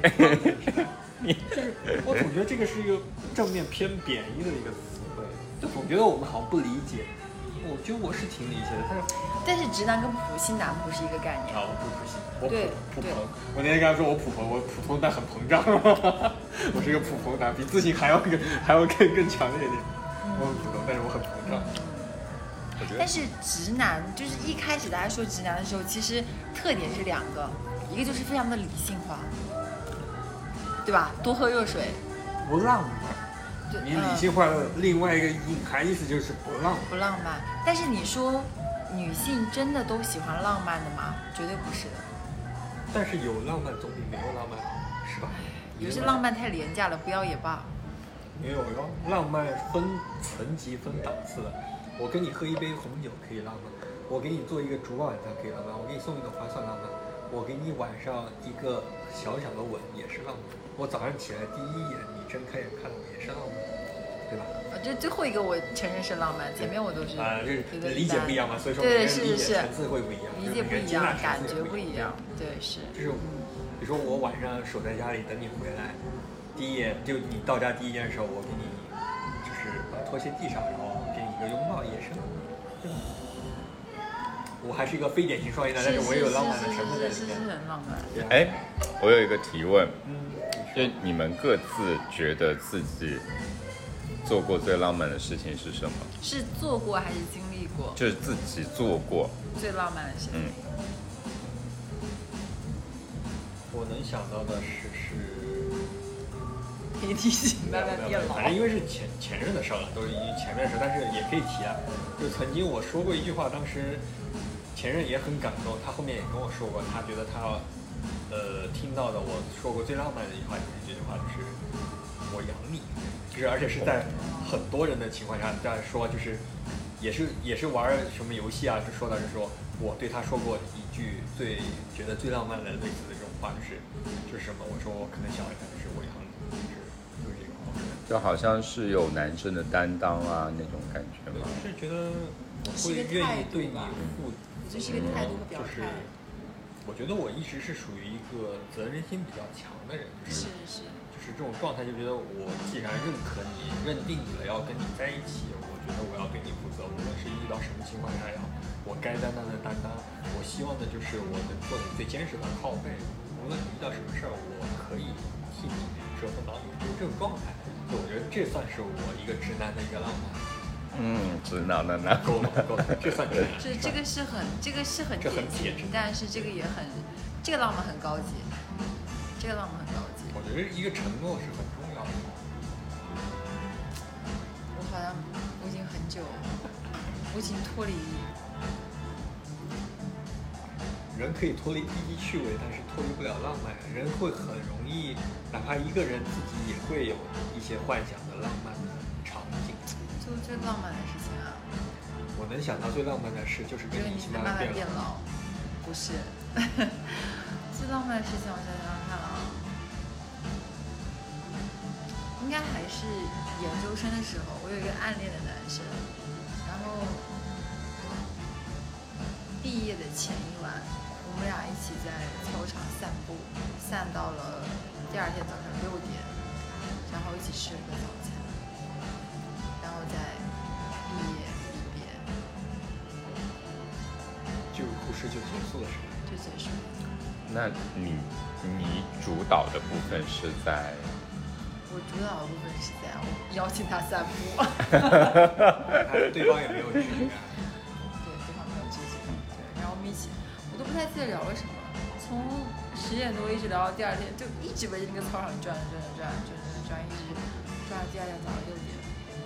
我总觉得这个是一个正面偏贬义的一个词汇，就总觉得我们好像不理解。我觉得我是挺理解的， 但是直男跟普信男不是一个概念。 啊，我不普信，我普对朋。我那天跟他说我普通，但很膨胀。我是一个普通男，比自信还要更强烈一点。我很普通，但是我很膨胀。我觉得。 但是直男就是一开始大家说直男的时候，其实特点是两个，一个就是非常的理性化，对吧？多喝热水， 不浪漫。你理性化的另外一个隐含意思就是不浪漫。 但是你说女性真的都喜欢浪漫的吗？绝对不是的。 但是有浪漫总比没有浪漫好，是吧？ 有些浪漫太廉价了，不要也罢。 没有哟，浪漫分层级分档次的。我跟你喝一杯红酒可以浪漫，我给你做一个烛光晚餐可以浪漫，我给你送一朵花算浪漫，我给你晚上一个小小的吻也是浪漫。我早上起来第一眼你睁开眼看到我也是浪漫，对吧？ 这最后一个我承认是浪漫，前面我都是就是理解不一样嘛，所以说对理解层次会不一样， 理解不一样，感觉不一样，对是。 就是比如说我晚上守在家里等你回来，第一眼就你到家第一件事，我给你就是把拖鞋递上，然后给你一个拥抱也是浪漫，对吧？我还是一个非典型双鱼男，但是我也有浪漫的成分在里面。 是很浪漫。 哎，我有一个提问，就你们各自觉得自己做过最浪漫的事情是什么？ 是做过还是经历过？ 就是自己做过最浪漫的事情。 我能想到的是可以提醒慢慢变老。 反正因为是前任的事了，都是前面的事，但是也可以提啊。就曾经我说过一句话，当时前任也很感动，他后面也跟我说过，他觉得他听到的我说过最浪漫的一句话就是这句话，就是我养你，就是而且是在很多人的情况下在说，就是也是玩什么游戏啊，就说到就是说我对他说过一句觉得最浪漫的类似的这种话，就是什么？我说我可能想一想，就是我养你，就是这个话， 就好像是有男生的担当啊那种感觉吗？ 就是觉得我会愿意对你负， 这是一个态度和表态。 我觉得我一直是属于一个责任心比较强的人，就是这种状态，就觉得我既然认可你、认定你了，要跟你在一起，我觉得我要对你负责，无论是遇到什么情况下，我该担当的担当。我希望的就是我能做你最坚实的靠背，无论你遇到什么事儿，我可以替你折腾到你，就是这种状态。所以我觉得这算是我一个直男的一个浪漫。 直男的男够了，这算直男。 这个是很典型，但是这个浪漫很高级，这个浪漫很高级。 我觉得一个承诺是很重要的。 我好像我已经很久，我已经脱离。 人可以脱离低级趣味，但是脱离不了浪漫。人会很容易，哪怕一个人自己也会有一些幻想的浪漫的场景。 做最浪漫的事情啊！ 我能想到最浪漫的事就是跟你一起慢慢变老。 不是，最浪漫的事情，我想想看啊，应该还是研究生的时候，我有一个暗恋的男生，然后毕业的前一晚，我们俩一起在操场散步，散到了第二天早上6点，然后一起吃了一个早餐。然后再毕业离别， 就故事就结束了是吗？ 就结束了。 那你主导的部分是在？ 我主导的部分是在我邀请他散步。 对方也没有拒绝。 对，对方没有拒绝。对，然后我们一起，我都不太记得聊了什么，从10点多一直聊到第二天，就一直围着那个操场转，一直转到第二天早上6点。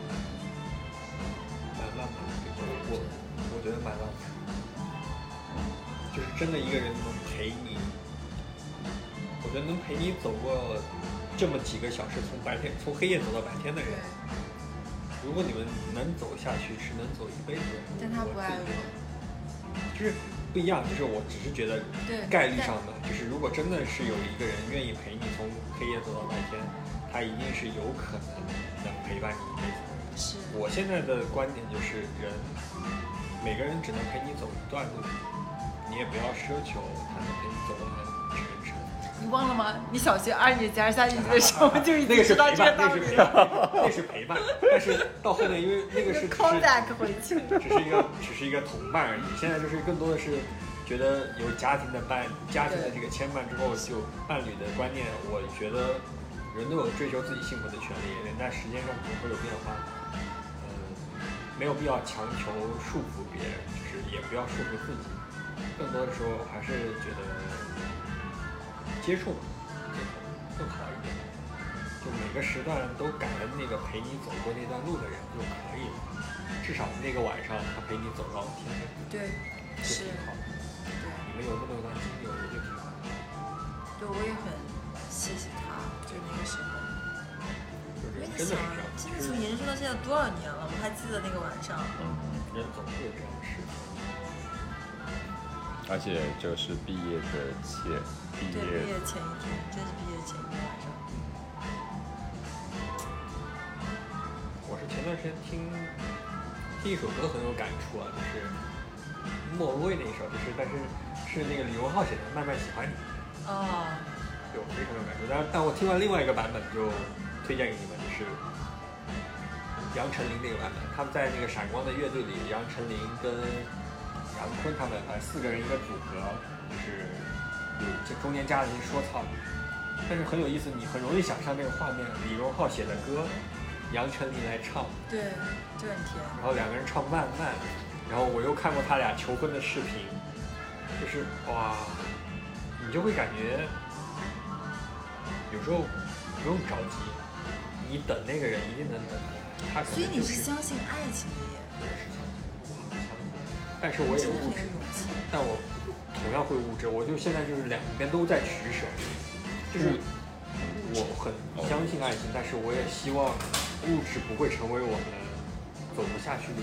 蛮浪漫的，我觉得蛮浪漫，就是真的一个人能陪你，我觉得能陪你走过这么几个小时，从黑夜走到白天的人， 如果你们能走下去，是能走一辈子的。 但他不爱我， 就是不一样，就是我只是觉得概率上的，就是如果真的是有一个人愿意陪你从黑夜走到白天，他一定是有可能能陪伴你一辈子。 是我现在的观点就是，每个人只能陪你走一段路，你也不要奢求他能陪你走完全程。 你忘了吗？你小学2年级还是3年级的时候就已经那个是知道陪伴， 这个道理了。 那是陪伴，但是到后面因为那个是 call back 回去， 只是一个同伴而已。现在就是更多的是觉得有家庭的这个牵绊之后，就伴侣的观念，我觉得人都有追求自己幸福的权利，人在时间上可能会有变化，没有必要强求束缚别人，就是也不要束缚自己。更多的时候还是觉得接触更好一点，就每个时段都感恩那个陪你走过那段路的人就可以了，至少那个晚上他陪你走到天亮， 对，是挺好的。 对， 你们有那么一段经历，我觉得就挺好的。 对，我也很谢谢他，就那个时候。 就是因为你想，现在从研究生到现在多少年了，我还记得那个晚上。 人总会有这样的事。 而且就是毕业前一天， 真是毕业前一天晚上。 我是前段时间听一首歌很有感触啊，就是莫文蔚那一首，但是是那个李荣浩写的《慢慢喜欢你》。 哦。 对，我非常有感触。但我听完另外一个版本就推荐给你们，就是杨丞琳那个版本。他们在那个闪光的乐队里，杨丞琳跟杨坤他们4个人一个组合，就是这中间加了一些说唱，但是很有意思，你很容易想象那个画面，李荣浩写的歌，杨丞琳来唱， 对，就很甜。 然后2个人唱慢慢，然后我又看过他俩求婚的视频，就是哇，你就会感觉有时候不用着急，你等那个人一定能等到他。 所以你是相信爱情的耶？ 但是我也物质，但我同样会物质。我就现在就是两边都在取舍，就是我很相信爱情，但是我也希望物质不会成为我们走不下去的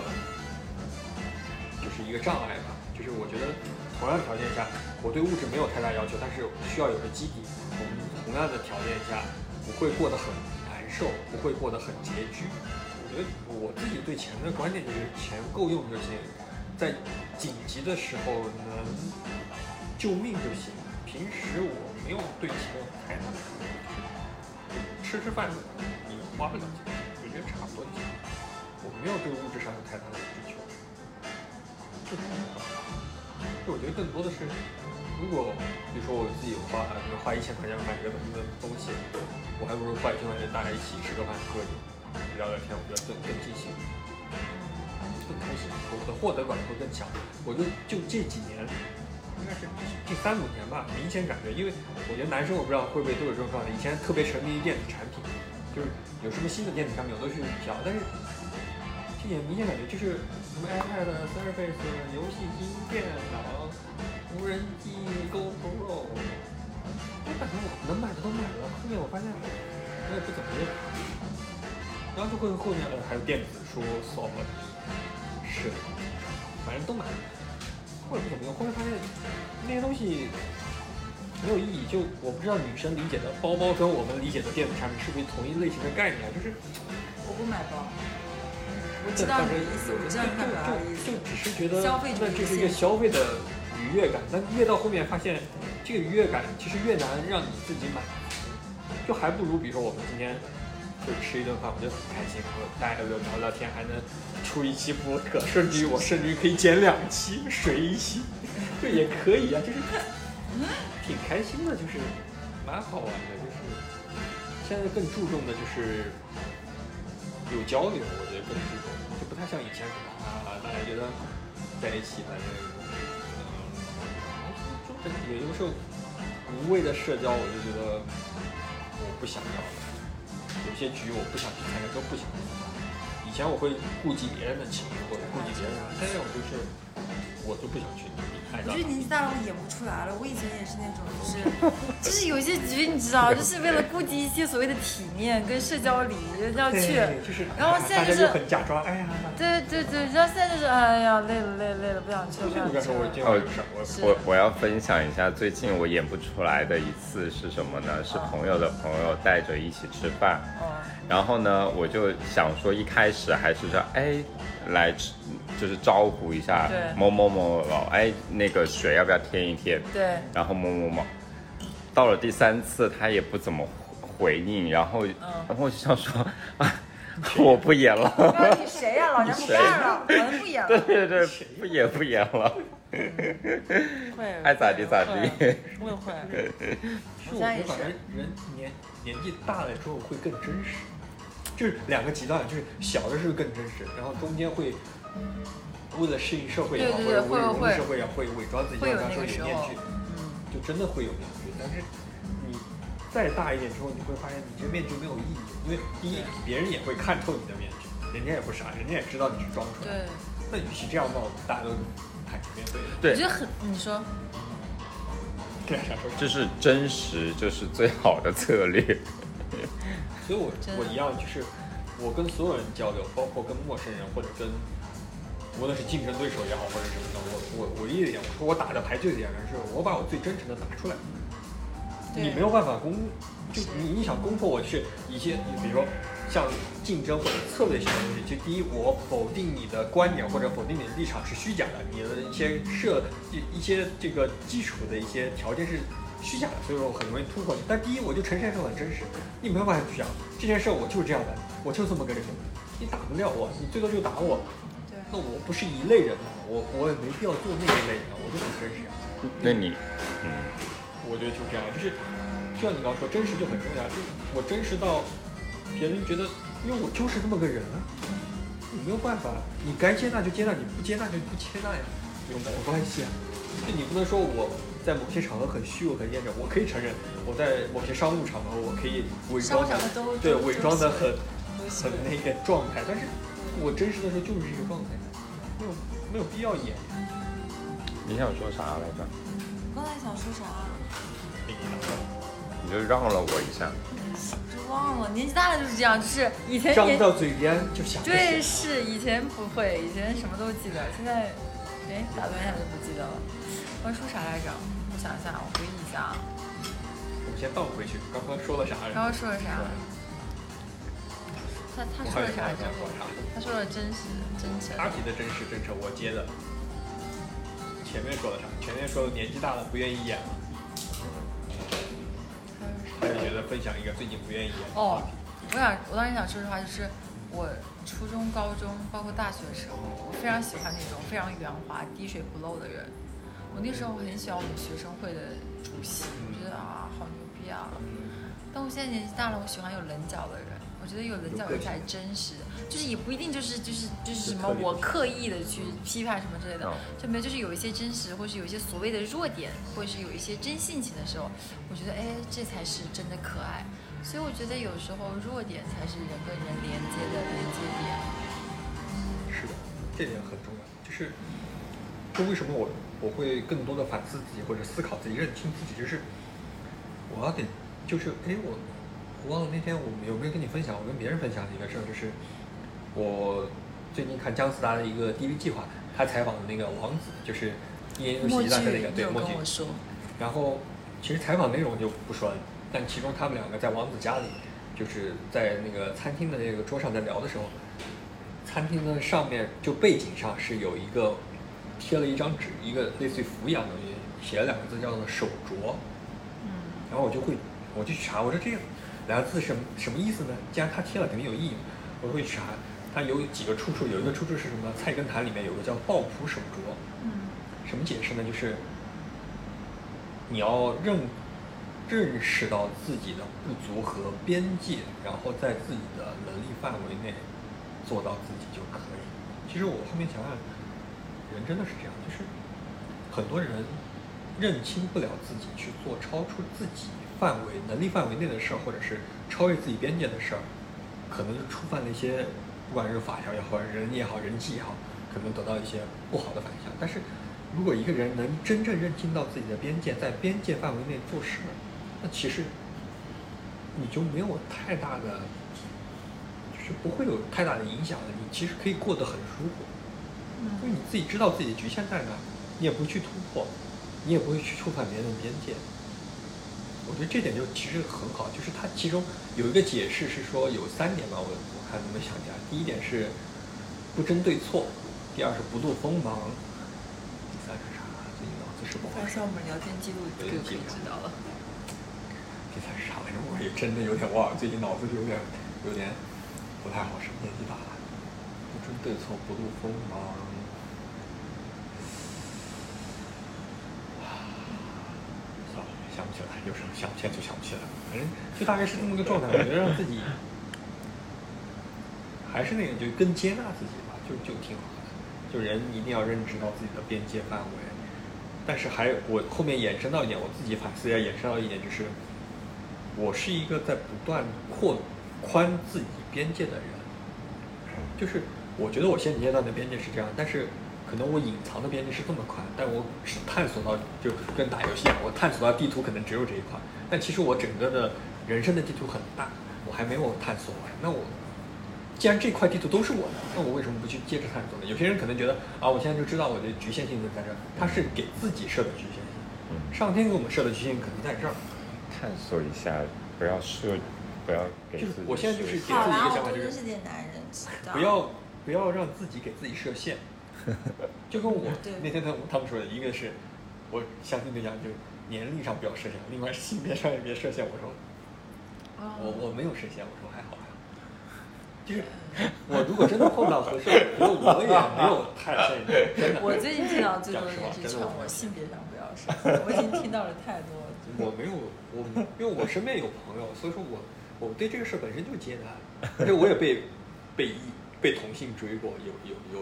就是一个障碍吧。就是我觉得同样条件下，我对物质没有太大要求，但是需要有个基底。我们同样的条件下，不会过得很难受，不会过得很拮据。我觉得我自己对钱的观念就是钱够用就行。在紧急的时候能救命就行。平时我没有对钱有太大的吃饭你花不了钱，我觉得差不多就行。我没有对物质上有太大的追求，就我觉得更多的是，如果比如说我自己花1000块钱买个东西，我还不如花1000块钱大家一起吃个饭喝酒聊聊天，我觉得更尽兴。更开心，我的获得感会更强。我就这几年，应该是近3-5年吧，明显感觉，因为我觉得男生我不知道会不会都有这种状态，以前特别沉迷于电子产品，就是有什么新的电子产品我都去挑，但是这也明显感觉就是什么 iPad、Surface、游戏机、电脑、无人机、GoPro，我感觉我能买的都买了，后面我发现我也不怎么用，然后就会后面还有电子书、扫码。是，反正都买了，或者不怎么用。后面发现那些东西没有意义。就我不知道女生理解的包包跟我们理解的电子产品是不是同一类型的概念？就是我不买包，我知道你的意思，我知道你表达的意思。 就只是觉得消费那这是一个消费的愉悦感，但越到后面发现这个愉悦感其实越难让你自己买，就还不如比如说我们今天。就吃一顿饭，我就很开心，我大家聊聊天，还能出一期播客，甚至于可以剪2期，水一期，就也可以啊，就是挺开心的，就是蛮好玩的，就是现在更注重的就是有交流，我觉得更注重，就不太像以前什么大家觉得在一起反正有的时候无谓的社交，我就觉得我不想要了。有些局我不想去参加，都不想去参加。以前我会顾及别人的情绪或者顾及别人，现在我就不想去理他我觉得年纪大了我演不出来了。我以前也是那种，就是有些局你知道，就是为了顾及一些所谓的体面跟社交礼仪要去，然后现在就是很假装，哎呀， 对，然后现在就是哎呀累了，不想去了。 我要分享一下最近我演不出来的一次是什么呢？是朋友的朋友带着一起吃饭，然后呢我就想说一开始还是说来吃，就是招呼一下某某某，那个水要不要添一添？ 对， 然后某某某，到了第3次他也不怎么回应，然后我就想说我不演了。 你谁呀？老娘不干了，老娘不演了。 对，不演了。 会， 爱咋地咋地。 我也会。 我觉得反正人年纪大了之后会更真实。就是2个极端，就是小的时候更真实，然后中间会为了适应社会也好，或者为了融入社会也好，会伪装自己，像刚说有面具，就真的会有面具。但是你再大一点之后，你会发现你这个面具没有意义，因为第一，别人也会看透你的面具，人家也不傻，人家也知道你是装出来的。那与其这样闹，大家都坦诚面对。 对，我觉得你说。 对，想说就是真实，就是最好的策略。 所以我一样，就是我跟所有人交流，包括跟陌生人或者跟无论是竞争对手也好或者什么的，我一点，我说我打的牌最点的是我把我最真诚的打出来。你没有办法就你想攻破我是一些，比如说像竞争或者策略性的东西，就第一，我否定你的观点或者否定你的立场是虚假的，你的一些这个基础的一些条件是虚假的，所以说我很容易突破你。但第一，我就呈现出很真实，你没有办法去讲这件事，我就是这样的，我就这么个人，你打不了我，你最多就打我。 对， 那我不是一类人嘛，我也没必要做那一类人，我就很真实。 那你， 我觉得就这样，就是就像你刚刚说，真实就很重要，就是我真实到别人觉得，因为我就是这么个人啊，你没有办法，你该接纳就接纳，你不接纳就不接纳呀，有没有关系啊？就你不能说我在某些场合很虚伪、很验证，我可以承认我在某些商务场合我可以伪装的，对，伪装的很那个状态，但是我真实的时候就是这个状态，没有必要演。 你想说啥来着？ 刚才想说啥？ 你就让了我一下。 就忘了，年纪大了就是这样，就是以前张到嘴边就想。 对，是以前不会，以前什么都记得，现在打断一下就不记得了。刚说啥来着？我想一下，我回忆一下。 我们先倒回去，刚刚说了啥？ 刚刚说了啥？他说了啥？他说了真实、真诚。 他提的真实、真诚，我接的。前面说了啥？前面说年纪大了不愿意演了。他就觉得分享一个最近不愿意演的话题。 我当时想说的话就是，我初中、高中，包括大学的时候，我非常喜欢那种非常圆滑、滴水不漏的人。我那时候很喜欢我们学生会的主席，我觉得好牛逼啊！但我现在年纪大了，我喜欢有棱角的人。我觉得有棱角的人才真实，就是也不一定就是什么我刻意的去批判什么之类的，就没有，就是有一些真实，或是有一些所谓的弱点，或者是有一些真性情的时候，我觉得这才是真的可爱。所以我觉得有时候弱点才是人跟人连接的连接点。 是的，这点很重要。就是为什么我会更多的反思自己或者思考自己、认清自己，就是我要得就是我忘了那天我有没有跟你分享，我跟别人分享的一个事儿，就是我最近看姜思达的一个 DV 计划，他采访的那个王子，就是一言入戏大的那个，对，默剧。然后其实采访内容就不说了，但其中他们2个在王子家里，就是在那个餐厅的那个桌上在聊的时候，餐厅的上面就背景上是有一个贴了一张纸，一个类似于符一样的东西，写了2个字叫做手镯。然后我就去查，我说这个2个字什么意思呢？既然他贴了肯定有意义，我会去查。它有几个出处，有一个出处是什么？菜根谭里面有个叫抱朴手镯。什么解释呢？就是你要认识到自己的不足和边界，然后在自己的能力范围内做到自己就可以。其实我后面想想，人真的是这样，就是很多人认清不了自己去做超出自己能力范围内的事儿，或者是超越自己边界的事儿，可能就触犯了一些，不管是法条也好，人也好，人际也好，可能得到一些不好的反响。但是如果一个人能真正认清到自己的边界，在边界范围内做事，那其实你就没有太大的，就是不会有太大的影响的。你其实可以过得很舒服，因为你自己知道自己的局限在哪，你也不会去突破，你也不会去触犯别人的边界。我觉得这点就其实很好，就是它其中有一个解释是说有3点吧，我看能不能想起来。第一点是不争对错，第二是不露锋芒，第三是啥？最近脑子是不好使。 发现我们聊天记录就可以知道了。 第三是啥来着？我也真的有点忘了，最近脑子有点不太好使，年纪大了。不争对错，不露锋芒。想不起来，有什么想不起来就想不起来，反正就大概是这么个状态。我觉得让自己还是那个，就更接纳自己吧，就挺好的。就人一定要认知到自己的边界范围，但是还有我后面衍生到一点，我自己反思也衍生到一点，就是我是一个在不断扩宽自己边界的人。就是我觉得我现阶段的边界是这样，但是可能我隐藏的边界是这么宽，但我只探索到，就跟打游戏一样，我探索到地图可能只有这一块，但其实我整个的人生的地图很大，我还没有探索完。那我既然这块地图都是我的，那我为什么不去接着探索呢？有些人可能觉得啊，我现在就知道我的局限性就在这儿，他是给自己设的局限性，上天给我们设的局限性可能在这儿。 探索一下，不要给自己。 我现在就是给自己好啦， 一个想法， 我就是真是点男人，知道不要让自己给自己设限。就跟我那天他们说的，一个是我相信对象，就年龄上不要设限，另外性别上也别设限。我说我没有设限，我说还好。就是我如果真的碰到合适的，我也没有太限制，真的。 我最近听到最多的也是劝我性别上不要设限，我已经听到了太多了。 我没有，因为我身边有朋友，所以说我对这个事本身就接纳，而且我也被同性追过，有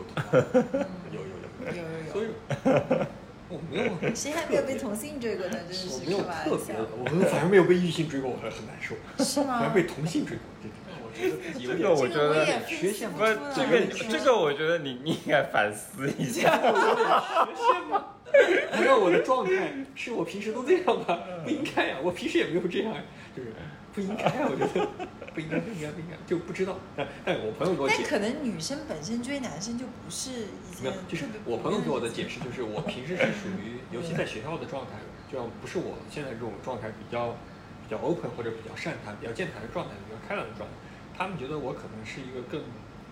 所以我没有。 谁还没有被同性追过呢？真是我没有开玩笑。 我反正没有被异性追过，我还很难受。 是吗？ 反正被同性追过，我觉得自己有点。 我觉得缺陷不是这个，我觉得你应该反思一下。 我有点缺陷吗？难道我的状态是我平时都这样吗？不应该呀，我平时也没有这样，就是不应该啊，我觉得不应该，就不知道。但我朋友给我解， 但可能女生本身追男生就不是一件， 就是我朋友给我的解释就是，我平时是属于，尤其在学校的状态，就不是我现在这种状态比较 open 或者比较善谈、比较健谈的状态，比较开朗的状态。他们觉得我可能是一个更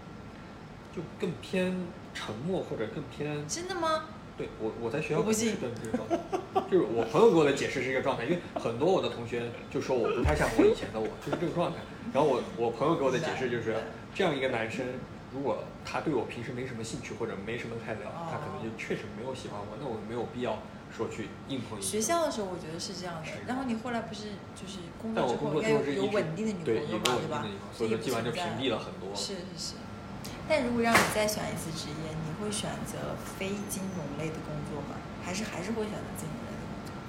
偏沉默或者更偏。 真的吗？ 对，我在学校不信是这个状态，就是我朋友给我的解释是一个状态，因为很多我的同学就说我不太像我以前的我，就是这个状态。然后我朋友给我的解释就是，这样一个男生，如果他对我平时没什么兴趣或者没什么太聊，他可能就确实没有喜欢我，那我没有必要说去硬碰硬。 学校的时候我觉得是这样的，然后你后来不是就是工作之后应该有稳定的女朋友嘛，对吧？ 所以说基本上就屏蔽了很多。 是。但如果让你再选一次职业，你会选择非金融类的工作吗？还是会选择金融类的工作？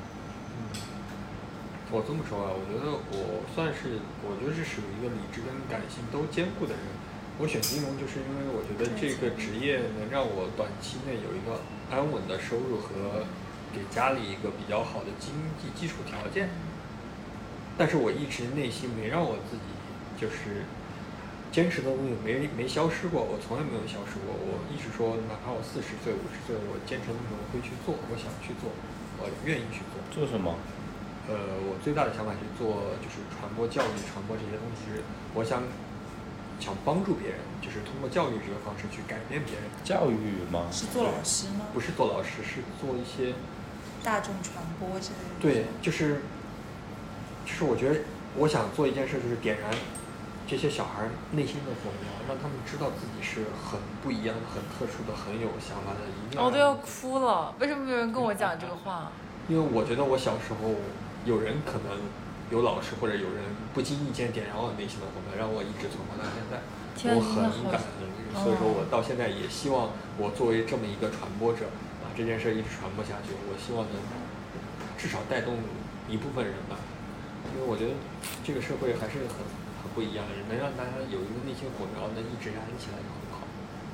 我这么说啊，我觉得是属于一个理智跟感性都兼顾的人。我选金融就是因为我觉得这个职业能让我短期内有一个安稳的收入和给家里一个比较好的经济基础条件。但是我一直内心没让我自己就是坚持的东西没消失过，我从来没有消失过。我一直说，哪怕我40岁、50岁，我坚持的东西我会去做，我想去做，我愿意去做。 做什么？ 我最大的想法是做，就是传播教育、传播这些东西。我想帮助别人，就是通过教育这个方式去改变别人。 教育吗？ 是做老师吗？ 不是做老师，是做一些大众传播之类的。 对，就是我觉得我想做一件事，就是点燃这些小孩内心的火苗，让他们知道自己是很不一样的、很特殊的、很有想法的。 我都要哭了，为什么没有人跟我讲这个话？ 因为我觉得我小时候有人可能有老师或者有人不经意间点燃我内心的火苗，让我一直存活到现在，我很感恩。所以说我到现在也希望我作为这么一个传播者，把这件事一直传播下去。我希望能至少带动一部分人吧，因为我觉得这个社会还是很不一样的，能让大家有一个内心火苗能一直燃起来就很好。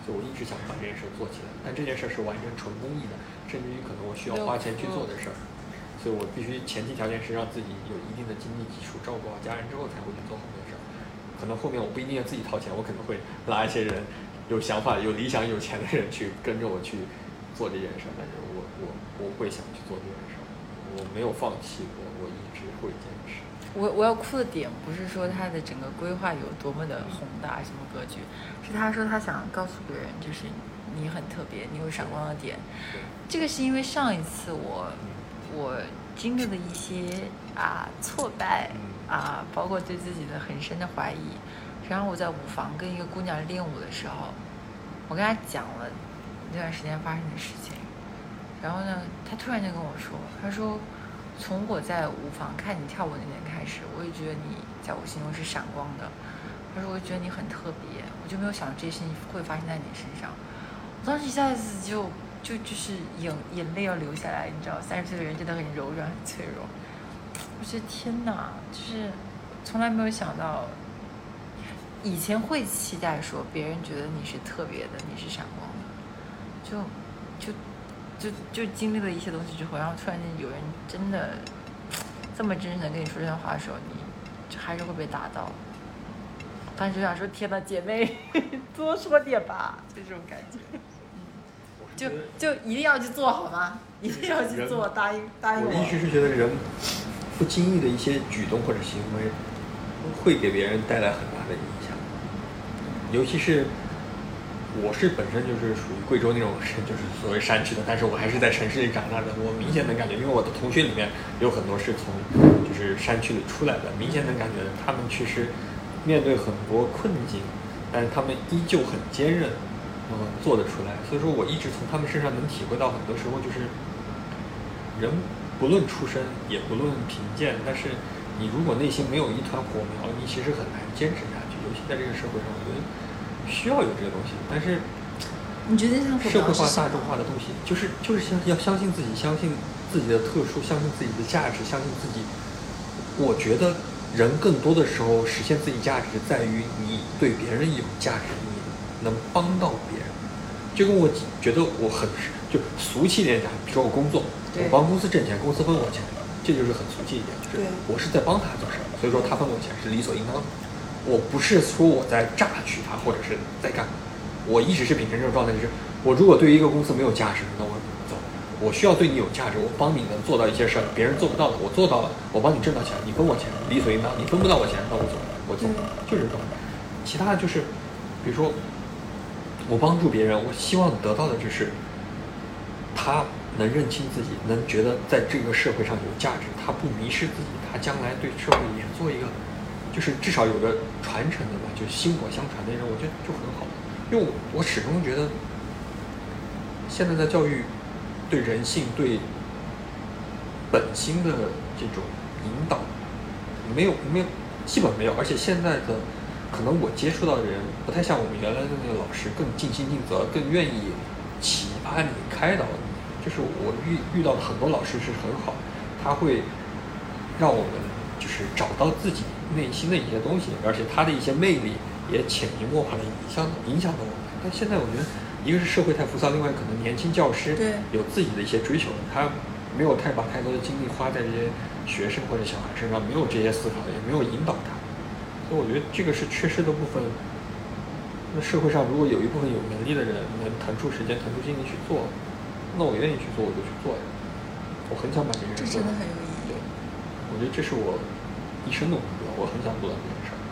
所以我一直想把这件事做起来。但这件事是完全纯公益的，甚至于可能我需要花钱去做的事儿，所以我必须前提条件是让自己有一定的经济基础，照顾好家人之后才会去做好这个事儿。可能后面我不一定要自己掏钱，我可能会拉一些人有想法、有理想、有钱的人去跟着我去做这件事儿，但是我会想去做这件事儿，我没有放弃过，我一直会坚持。 我要哭的点不是说他的整个规划有多么的宏大什么格局，是他说他想告诉别人就是你很特别，你有闪光的点。这个是因为上一次我经历了一些挫败包括对自己的很深的怀疑，然后我在舞房跟一个姑娘练舞的时候，我跟她讲了那段时间发生的事情，然后呢，她突然就跟我说，她说从我在舞房看你跳舞那天开始，我也觉得你在我心中是闪光的。她说我觉得你很特别，我就没有想到这些事情会发生在你身上。我当时一下子就是眼泪要流下来，你知道，30岁的人真的很柔软很脆弱。我觉得天哪，就是从来没有想到，以前会期待说别人觉得你是特别的，你是闪光的，就经历了一些东西之后，然后突然间有人真的这么真诚的跟你说这段话的时候，你就还是会被打到。当时就想说，天哪，姐妹多说点吧，就这种感觉。就一定要去做好吗？一定要去做，答应我。 我一直是觉得人不经意的一些举动或者行为，会给别人带来很大的影响。尤其是我是本身就是属于贵州那种就是所谓山区的，但是我还是在城市里长大的。我明显能感觉，因为我的同学里面有很多是从就是山区里出来的，明显能感觉他们确实面对很多困境，但是他们依旧很坚韧。做得出来，所以说我一直从他们身上能体会到，很多时候就是人不论出身也不论贫贱，但是你如果内心没有一团火苗，你其实很难坚持下去。尤其在这个社会上，我觉得需要有这个东西。但是你觉得社会化、大众化的东西，就是要相信自己，相信自己的特殊，相信自己的价值，相信自己。我觉得人更多的时候实现自己价值，在于你对别人有价值，你能帮到别人。就跟我觉得我很就俗气一点讲，比如说我工作，我帮公司挣钱，公司分我钱，这就是很俗气一点，就是我是在帮他做事，所以说他分我钱是理所应当的。我不是说我在榨取他，或者是在干嘛，我一直是秉承这种状态，就是我如果对于一个公司没有价值，那我走。我需要对你有价值，我帮你能做到一些事儿，别人做不到的，我做到了，我帮你挣到钱，你分我钱，理所应当。你分不到我钱，那我走，就是这种。其他的就是，比如说。我帮助别人，我希望得到的就是他能认清自己，能觉得在这个社会上有价值，他不迷失自己，他将来对社会也做一个，就是至少有个传承的吧，就薪火相传的人，我觉得就很好。因为我始终觉得，现在的教育对人性、对本心的这种引导，没有，基本没有，而且现在的。可能我接触到的人不太像我们原来的那个老师，更尽心尽责，更愿意启发你、开导你。就是我遇到的很多老师是很好，他会让我们就是找到自己内心的一些东西，而且他的一些魅力也潜移默化的影响到我们。但现在我觉得，一个是社会太浮躁，另外可能年轻教师有自己的一些追求，他没有把太多的精力花在这些学生或者小孩身上，没有这些思考，也没有引导他。所以我觉得这个是缺失的部分。那社会上如果有一部分有能力的人能腾出时间、腾出精力去做，那我愿意去做，我就去做呀。我很想把这件事做。 这真的很有意义。 对，我觉得这是我一生的目标，我很想做到这件事儿。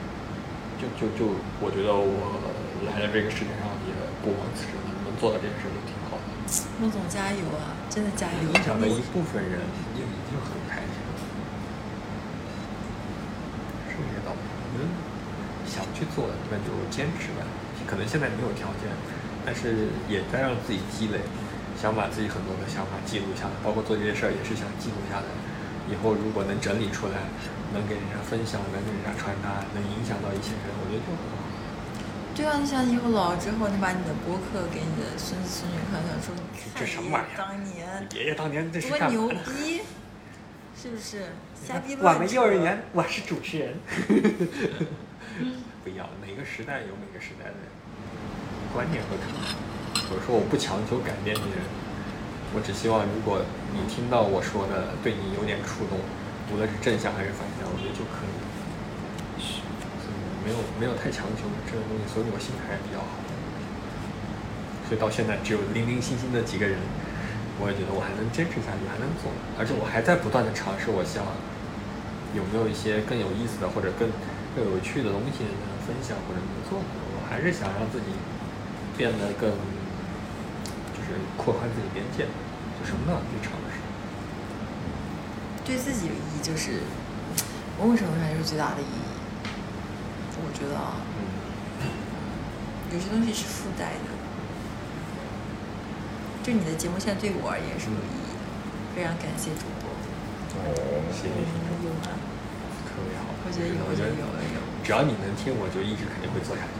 我觉得我来了这个世界上也不枉此生，能做到这件事就挺好的。 孟总加油啊！真的加油！ 影响了一部分人，就已经很开心了。想去做，那就坚持吧。可能现在没有条件，但是也在让自己积累，想把自己很多的想法记录下来，包括做这些事儿也是想记录下来。以后如果能整理出来，能给人家分享，能给人家传达，能影响到一些人，我觉得就很好。 对啊，你想以后老了之后，你把你的播客给你的孙子孙女看，说这什么玩意儿？爷爷当年这是多牛逼，是不是？瞎逼乱。 我们幼儿园，我是主持人。不一样，每个时代有每个时代的观念和看法。我说我不强求改变你人，我只希望如果你听到我说的对你有点触动，无论是正向还是反向，我觉得就可以。所以没有太强求这个东西，所以我心态比较好。所以到现在只有零零星星的几个人，我也觉得我还能坚持下去，还能做，而且我还在不断的尝试。我想有没有一些更有意思的或者更有趣的东西能分享或者能做，我还是想让自己变得更。就是扩宽自己边界，就什么都要去尝试。 对自己有意义，就是某种程度上就是最大的意义。我觉得啊，有些东西是附带的。就你的节目现在对我而言是有意义的，非常感谢主播。 谢谢你。 有吗？ 特别好。 我觉得有，我觉得有。 只要你能听，我就一直肯定会做下去。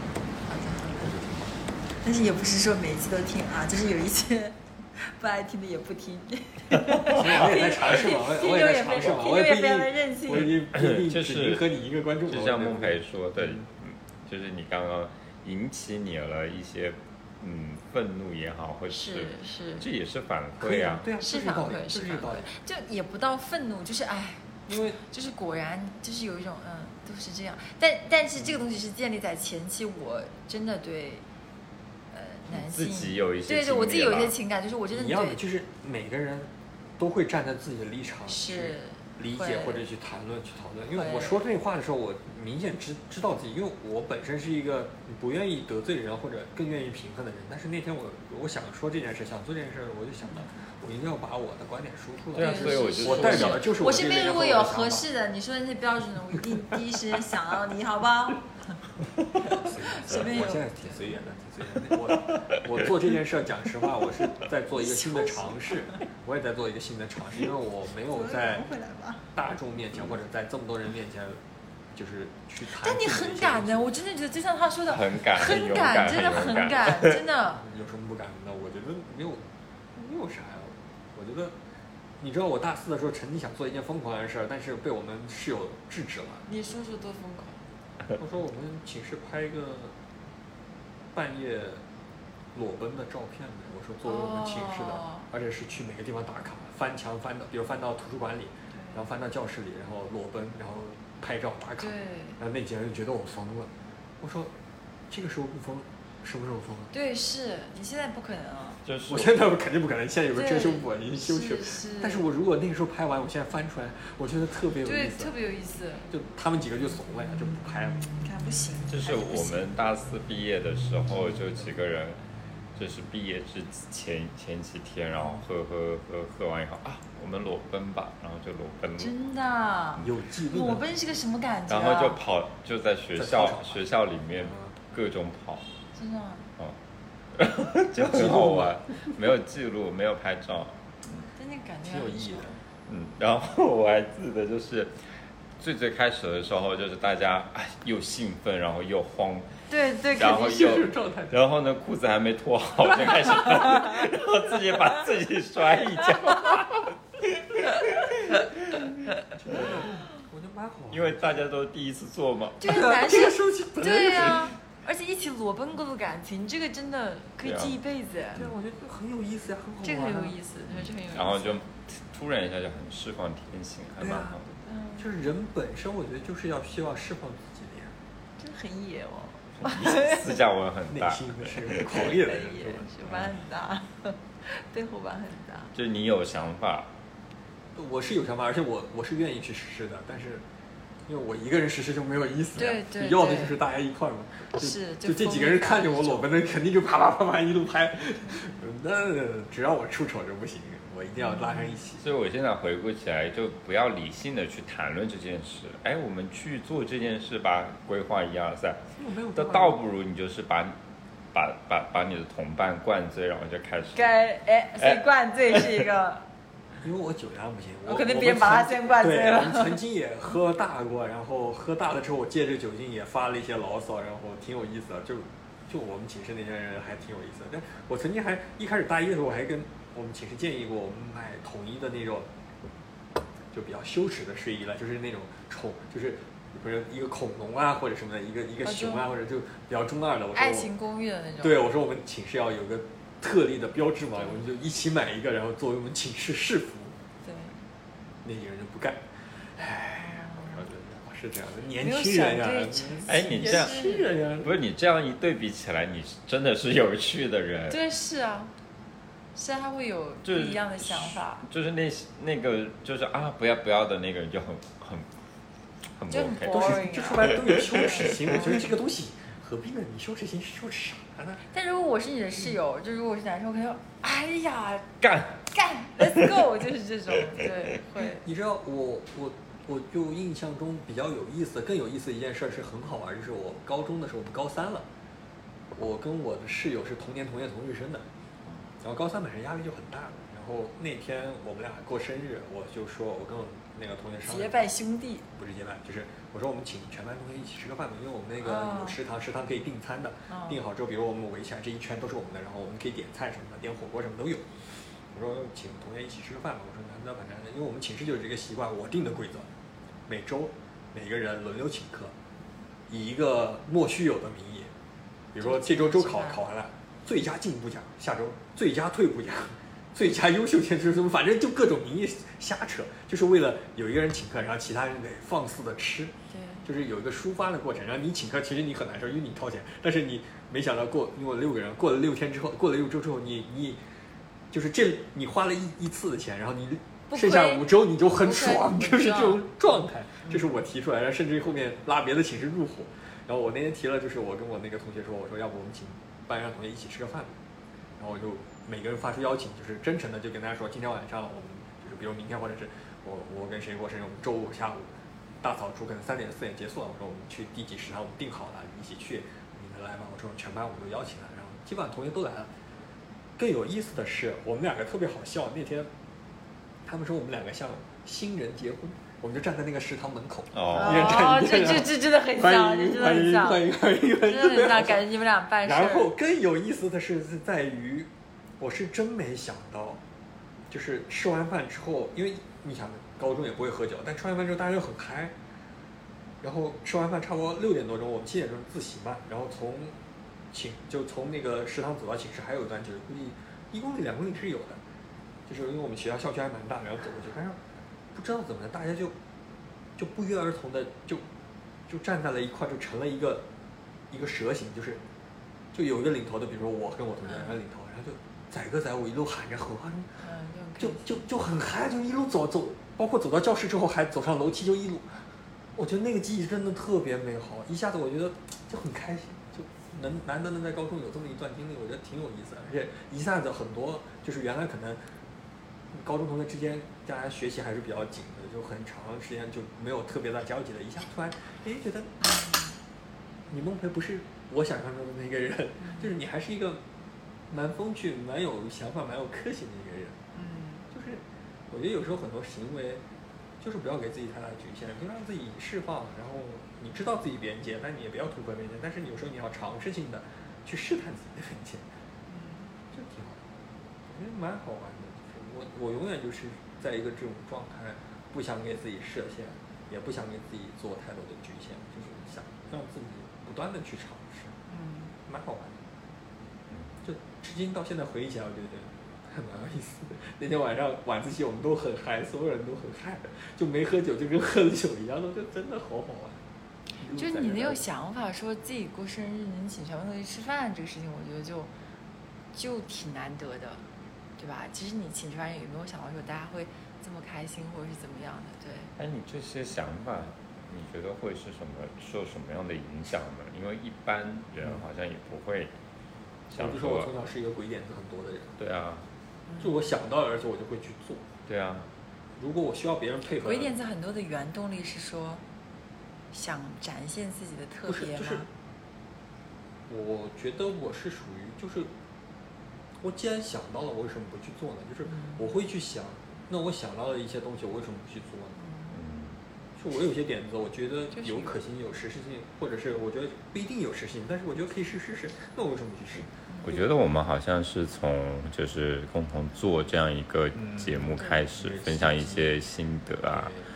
但是也不是说每一期都听啊，就是有一些不爱听的也不听。 我也在尝试嘛，我也在尝试嘛，我也非常的任性。 我已经就是和你一个观众。 就像孟培说的，就是你刚刚引起你了一些愤怒也好，或是这也是反馈啊， 对啊， 是反馈，是反馈，就也不到愤怒，就是因为就是果然就是有一种都是这样，但是这个东西是建立在前期我真的对。男性自己有一些对，我自己有一些情感，就是我真的一样的，就是每个人都会站在自己的立场是理解或者去谈论、去讨论。因为我说这话的时候，我明显知道自己，因为我本身是一个不愿意得罪人或者更愿意平衡的人。但是那天我想说这件事，想做这件事，我就想到我一定要把我的观点输出来。 对啊，所以我代表的就是我身边如果有合适的，你说的那些标准的，我一定第一时间想到你，好不好？ 我现在挺随缘的，我做这件事，讲实话，我是在做一个新的尝试，我也在做一个新的尝试，因为我没有在大众面前或者在这么多人面前，就是去谈。 但你很敢的，我真的觉得就像他说的， 很敢， 真的很敢，真的。 有什么不敢的？我觉得没有啥呀。我觉得，你知道我大4的时候曾经想做一件疯狂的事儿，但是被我们室友制止了。 你说说多疯狂？ 我说我们寝室拍一个半夜裸奔的照片的，我说作为我们寝室的，而且是去每个地方打卡，翻墙翻到，比如翻到图书馆里，然后翻到教室里，然后裸奔，然后拍照打卡，然后那几个人觉得我疯了。我说这个时候不疯，什么时候疯啊？ 对，是你现在不可能啊。 我现在肯定不可能，现在有个遮羞布已经修去了。但是我如果那个时候拍完，我现在翻出来，我觉得特别有意思。 对，特别有意思。 就他们几个就怂了呀，就不拍了。 你看不行。 就是我们大4毕业的时候，就几个人，就是毕业之前几天，然后喝完以后啊，我们裸奔吧，然后就裸奔了。 真的。 有记录。 裸奔是个什么感觉？ 然后就跑，就在学校里面各种跑。 真的。 就很好玩，没有记录，没有拍照， 但那感觉挺有意义的。 然后我还记得就是最开始的时候，就是大家又兴奋，然后又慌， 对， 然后然后呢裤子还没脱好就开始，然后自己把自己摔一跤。 我觉得蛮好， 因为大家都第一次做嘛。 对，男生对呀。而且一起裸奔过的感情，这个真的可以记一辈子。 对，我觉得很有意思呀，很好玩。 这个很有意思，这很有意思。 然后就突然一下就很释放天性，还蛮好的。 就是人本身，我觉得就是要希望释放自己的呀。 真的很野哦。 私下我很大， 内心是很狂野的人， 手腕很大，背后板很大。 就你有想法， 我是有想法，而且我是愿意去实施的，但是。因为我一个人实施就没有意思呀， 对， 要的就是大家一块嘛。就这几个人看着我裸奔的，肯定就啪啪啪啪一路拍。那只要我出丑就不行，我一定要拉上一起。 所以我现在回顾起来，就不要理性的去谈论这件事。我们去做这件事吧，规划1、2、3，倒不如你就是把你的同伴灌醉，然后就开始。 所以灌醉是一个。 因为我酒量不行， 我可能别人把他先灌醉了。 我们曾经也喝大过，然后喝大了之后，我借着酒精也发了一些牢骚，然后挺有意思的。就我们寝室那些人还挺有意思的。但我曾经还一开始大一的时候，我还跟我们寝室建议过，我们买统一的那种，就比较羞耻的睡衣了，就是那种就是不是一个恐龙啊或者什么的，一个熊啊，或者就比较中二的。我说爱情公寓的那种。 对，我说我们寝室要有个特例的标志嘛，我们就一起买一个，然后作为我们寝室制服。 对。 那几个人就不干，唉，我说是这样的，年轻人呀， 哎，你这样， 年轻人呀， 不是你这样一对比起来，你真的是有趣的人。 对，是啊。是啊，他会有不一样的想法。 就是那个就是啊不要的那个人就很不 OK， 都是这说白了都有羞耻心。我觉得这个东西何必呢？你羞耻心是羞耻啥呢？ 但如果我是你的室友，就如果我是男生，我可能说，哎呀， 干 ，Let's go， 就是这种，对，会。 你知道我就印象中比较有意思、更有意思的一件事是很好玩，就是我高中的时候，我们高3了，我跟我的室友是同年同月同日生的。然后高3本身压力就很大，然后那天我们俩过生日，我就说我跟我那个同学商量， 结拜兄弟， 不是结拜，就是我说我们请全班同学一起吃个饭吧，因为我们那个有食堂可以订餐的，订好之后，比如我们围起来这一圈都是我们的，然后我们可以点菜什么的，点火锅什么都有。我说请同学一起吃个饭吧，我说难得反正因为我们寝室就是这个习惯，我定的规则，每周每个人轮流请客，以一个莫须有的名义，比如说这周周考完了。最佳进步奖，下周最佳退步奖，最佳优秀签证什么，反正就各种名义瞎扯，就是为了有一个人请客，然后其他人得放肆的吃， 对， 就是有一个抒发的过程。然后你请客，其实你很难受，因为你掏钱，但是你没想到因为我6个人过了6天之后，过了6周之后，你就是你花了一次的钱，然后你剩下5周你就很爽，就是这种状态。这是我提出来的，甚至后面拉别的寝室入伙。然后我那天提了，就是我跟我那个同学说，我说要不我们请班上同学一起吃个饭，然后我就每个人发出邀请，就是真诚的就跟大家说，今天晚上我们就是比如明天或者是我跟谁过生日，我们周5下午大扫除，可能3点4点结束了，我说我们去第几食堂，我们订好了，一起去，你们来吧。我说全班我都邀请了，然后基本上同学都来了。更有意思的是，我们2个特别好笑，那天他们说我们2个像新人结婚。我们就站在那个食堂门口，一人站一边， 这真的很像，这真的很像， 欢迎，真的很像，感觉你们俩办事。 然后更有意思的是在于，我是真没想到，就是吃完饭之后，因为你想高中也不会喝酒，但吃完饭之后大家就很嗨。然后吃完饭差不多6点多钟，我们7点钟自习嘛，然后从那个食堂走到寝室还有一段距离，估计1公里2公里是有的，就是因为我们学校校区还蛮大，然后走过去，但是不知道怎么的，大家就不约而同的就站在了一块，就成了一个蛇形，就有一个领头的，比如说我跟我同学两个领头，然后就载歌载舞一路喊着很欢，就很嗨，就一路走，包括走到教室之后还走上楼梯，就一路，我觉得那个记忆真的特别美好，一下子我觉得就很开心，就难得能在高中有这么一段经历，我觉得挺有意思的，而且一下子很多就是原来可能高中同学之间大家学习还是比较紧的，就很长时间就没有特别大交集的，一下突然觉得你孟培不是我想象中的那个人，就是你还是一个蛮风趣、蛮有想法、蛮有个性的一个人。就是我觉得有时候很多行为就是不要给自己太大的局限，就让自己释放，然后你知道自己边界，但你也不要突破边界，但是有时候你要尝试性的去试探自己的边界，这挺好的，我觉得蛮好玩的。我永远就是在一个这种状态，不想给自己设限，也不想给自己做太多的局限，就是想让自己不断的去尝试，蛮好玩的。就至今到现在回忆起来，我觉得还蛮有意思的。那天晚上晚自习我们都很嗨，所有人都很嗨，就没喝酒就跟喝了酒一样的，就真的好好玩。 就是你那种想法，说自己过生日能请全班同学吃饭这个事情，我觉得就挺难得的。对吧？其实你请出来有没有想到说大家会这么开心，或者是怎么样的？对。 哎，你这些想法，你觉得会是受什么样的影响呢？因为一般人好像也不会想说。 就是我从小是一个鬼点子很多的人。 对啊。 就我想到了，而且我就会去做。 对啊。 如果我需要别人配合。 鬼点子很多的原动力是说，想展现自己的特别吗？ 我觉得我是属于就是。我既然想到了，我为什么不去做呢？就是我会去想，那我想到的一些东西，我为什么不去做呢？就我有些点子，我觉得有可行、有实施性，或者是我觉得不一定有实施性，但是我觉得可以试试，那我为什么不去试？ 我觉得我们好像是从就是共同做这样一个节目开始，分享一些心得啊，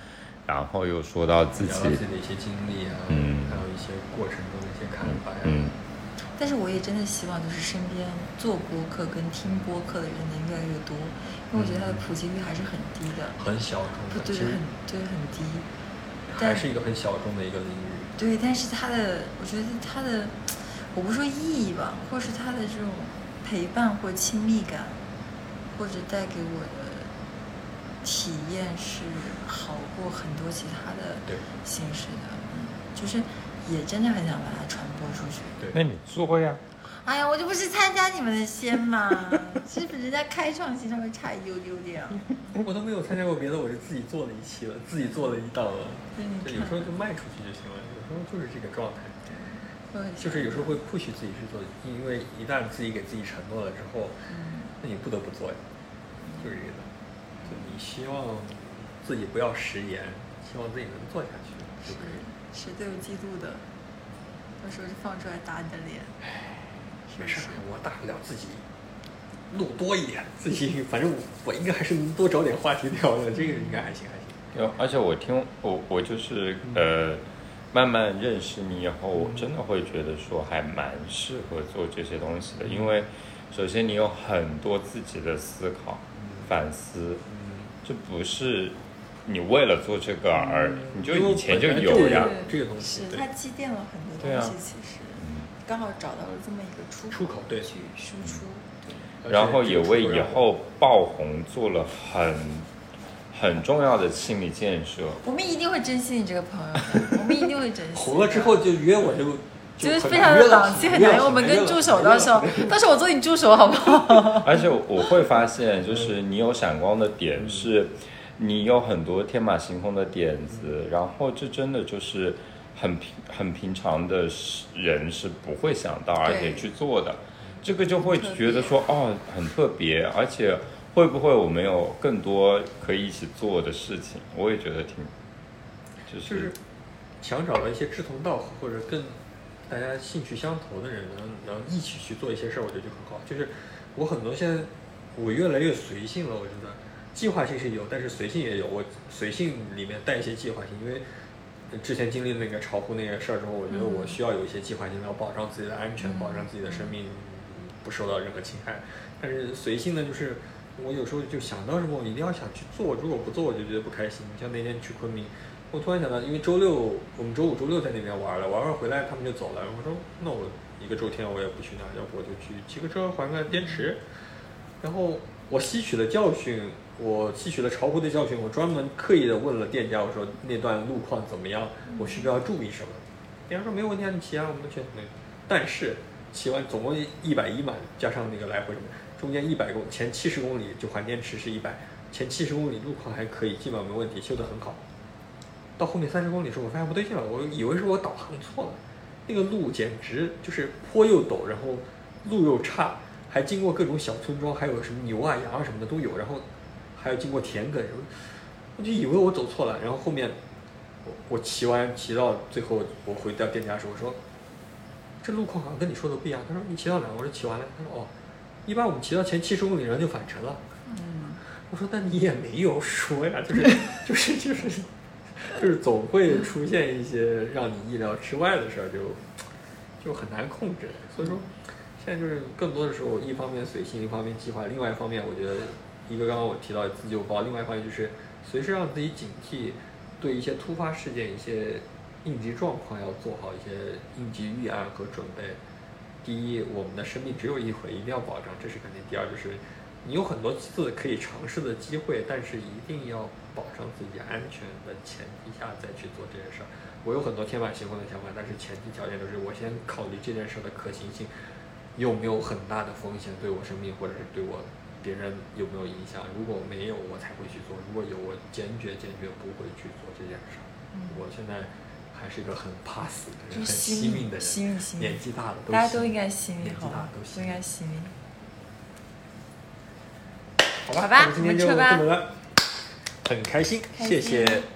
然后又说到自己聊到自己的一些经历啊，还有一些过程中的一些看法呀。 但是我也真的希望就是身边做播客跟听播客的人能越来越多，因为我觉得它的普及率还是很低的， 很小众的， 对，很低， 还是一个很小众的一个领域。 对，但是我觉得它的，我不说意义吧，或是它的这种陪伴或亲密感，或者带给我的体验是好过很多其他的形式的，就是也真的很想把它传播出去。 对， 那你做呀？ 哎呀，我就不是参加你们的先嘛，是不是人家开创性稍微差一丢丢点啊？ 我都没有参加过别的，我是自己做了一期了，自己做了一档了。就有时候就卖出去就行了，有时候就是这个状态。就是有时候会push自己去做，因为一旦自己给自己承诺了之后，那你不得不做呀，就是这个。就你希望自己不要食言，希望自己能做下去就可以。 是都有记录的，到时候就放出来打你的脸。 没事，我大不了自己录多一点，自己反正我应该还是能多找点话题聊的，这个应该还行。 而且我就是慢慢认识你以后，我真的会觉得说还蛮适合做这些东西的，因为首先你有很多自己的思考、反思，这不是你为了做这个你就以前就有呀， 这个东西是它积淀了很多东西，其实刚好找到了这么一个出口，对， 去输出， 对，然后也为以后爆红做了很重要的心理建设。 我们一定会珍惜你这个朋友的，我们一定会珍惜。 红了之后就约我就是非常的档期很难，我们跟助手到时候我做你助手好不好？ 而且我会发现，就是你有闪光的点，是你有很多天马行空的点子，然后这真的就是很平常的人是不会想到而且去做的，这个就会觉得说很特别，而且会不会我们有更多可以一起做的事情？我也觉得就是想找到一些志同道合或者更大家兴趣相投的人，能一起去做一些事儿，我觉得就很好。就是我很多现在我越来越随性了，我觉得计划性是有，但是随性也有。我随性里面带一些计划性，因为之前经历那个巢湖那个事儿之后，我觉得我需要有一些计划性，要保障自己的安全，保障自己的生命不受到任何侵害。但是随性呢，就是我有时候就想到什么，我一定要想去做，如果不做我就觉得不开心。像那天去昆明，我突然想到，因为周六我们周五周六在那边玩完回来他们就走了，我说那我一个周天我也不去那，要不我就去骑个车环个滇池。然后我吸取了教训，我吸取了巢湖的教训，我专门刻意的问了店家，我说那段路况怎么样，我需不要注意什么？店家说没有问题啊，你骑啊，我们都去。但是骑完总共110嘛，加上那个来回什么，中间前70公里就环滇池是100，前70公里路况还可以，基本上没问题，修得很好。到后面30公里的时候，我发现不对劲了，我以为是我导航错了，那个路简直就是坡又陡，然后路又差，还经过各种小村庄，还有什么牛啊羊啊什么的都有，然后还有经过田埂，我就以为我走错了。然后后面我骑到最后，我回到店家的时候，我说这路况好像跟你说的不一样。他说你骑到哪？我说骑完了。他说一般我们骑到前70公里然后就返程了。我说那你也没有说呀，就是总会出现一些让你意料之外的事儿，就很难控制。所以说现在就是更多的时候，一方面随性，一方面计划，另外一方面我觉得一个刚刚我提到的自救包，另外一方面就是随时让自己警惕，对一些突发事件、一些应急状况要做好一些应急预案和准备。第一，我们的生命只有一回，一定要保障，这是肯定。第二，就是你有很多次可以尝试的机会，但是一定要保障自己安全的前提下再去做这件事儿。我有很多天马行空的想法，但是前提条件就是我先考虑这件事的可行性，有没有很大的风险对我生命或者是对我别人有没有影响。如果没有，我才会去做；如果有，我坚决不会去做这件事儿。我现在还是一个很怕死的人，很惜命的人，年纪大了都， 大家都应该惜命，好吧？ 都应该惜命。 好吧，我们今天就这么了，很开心，谢谢。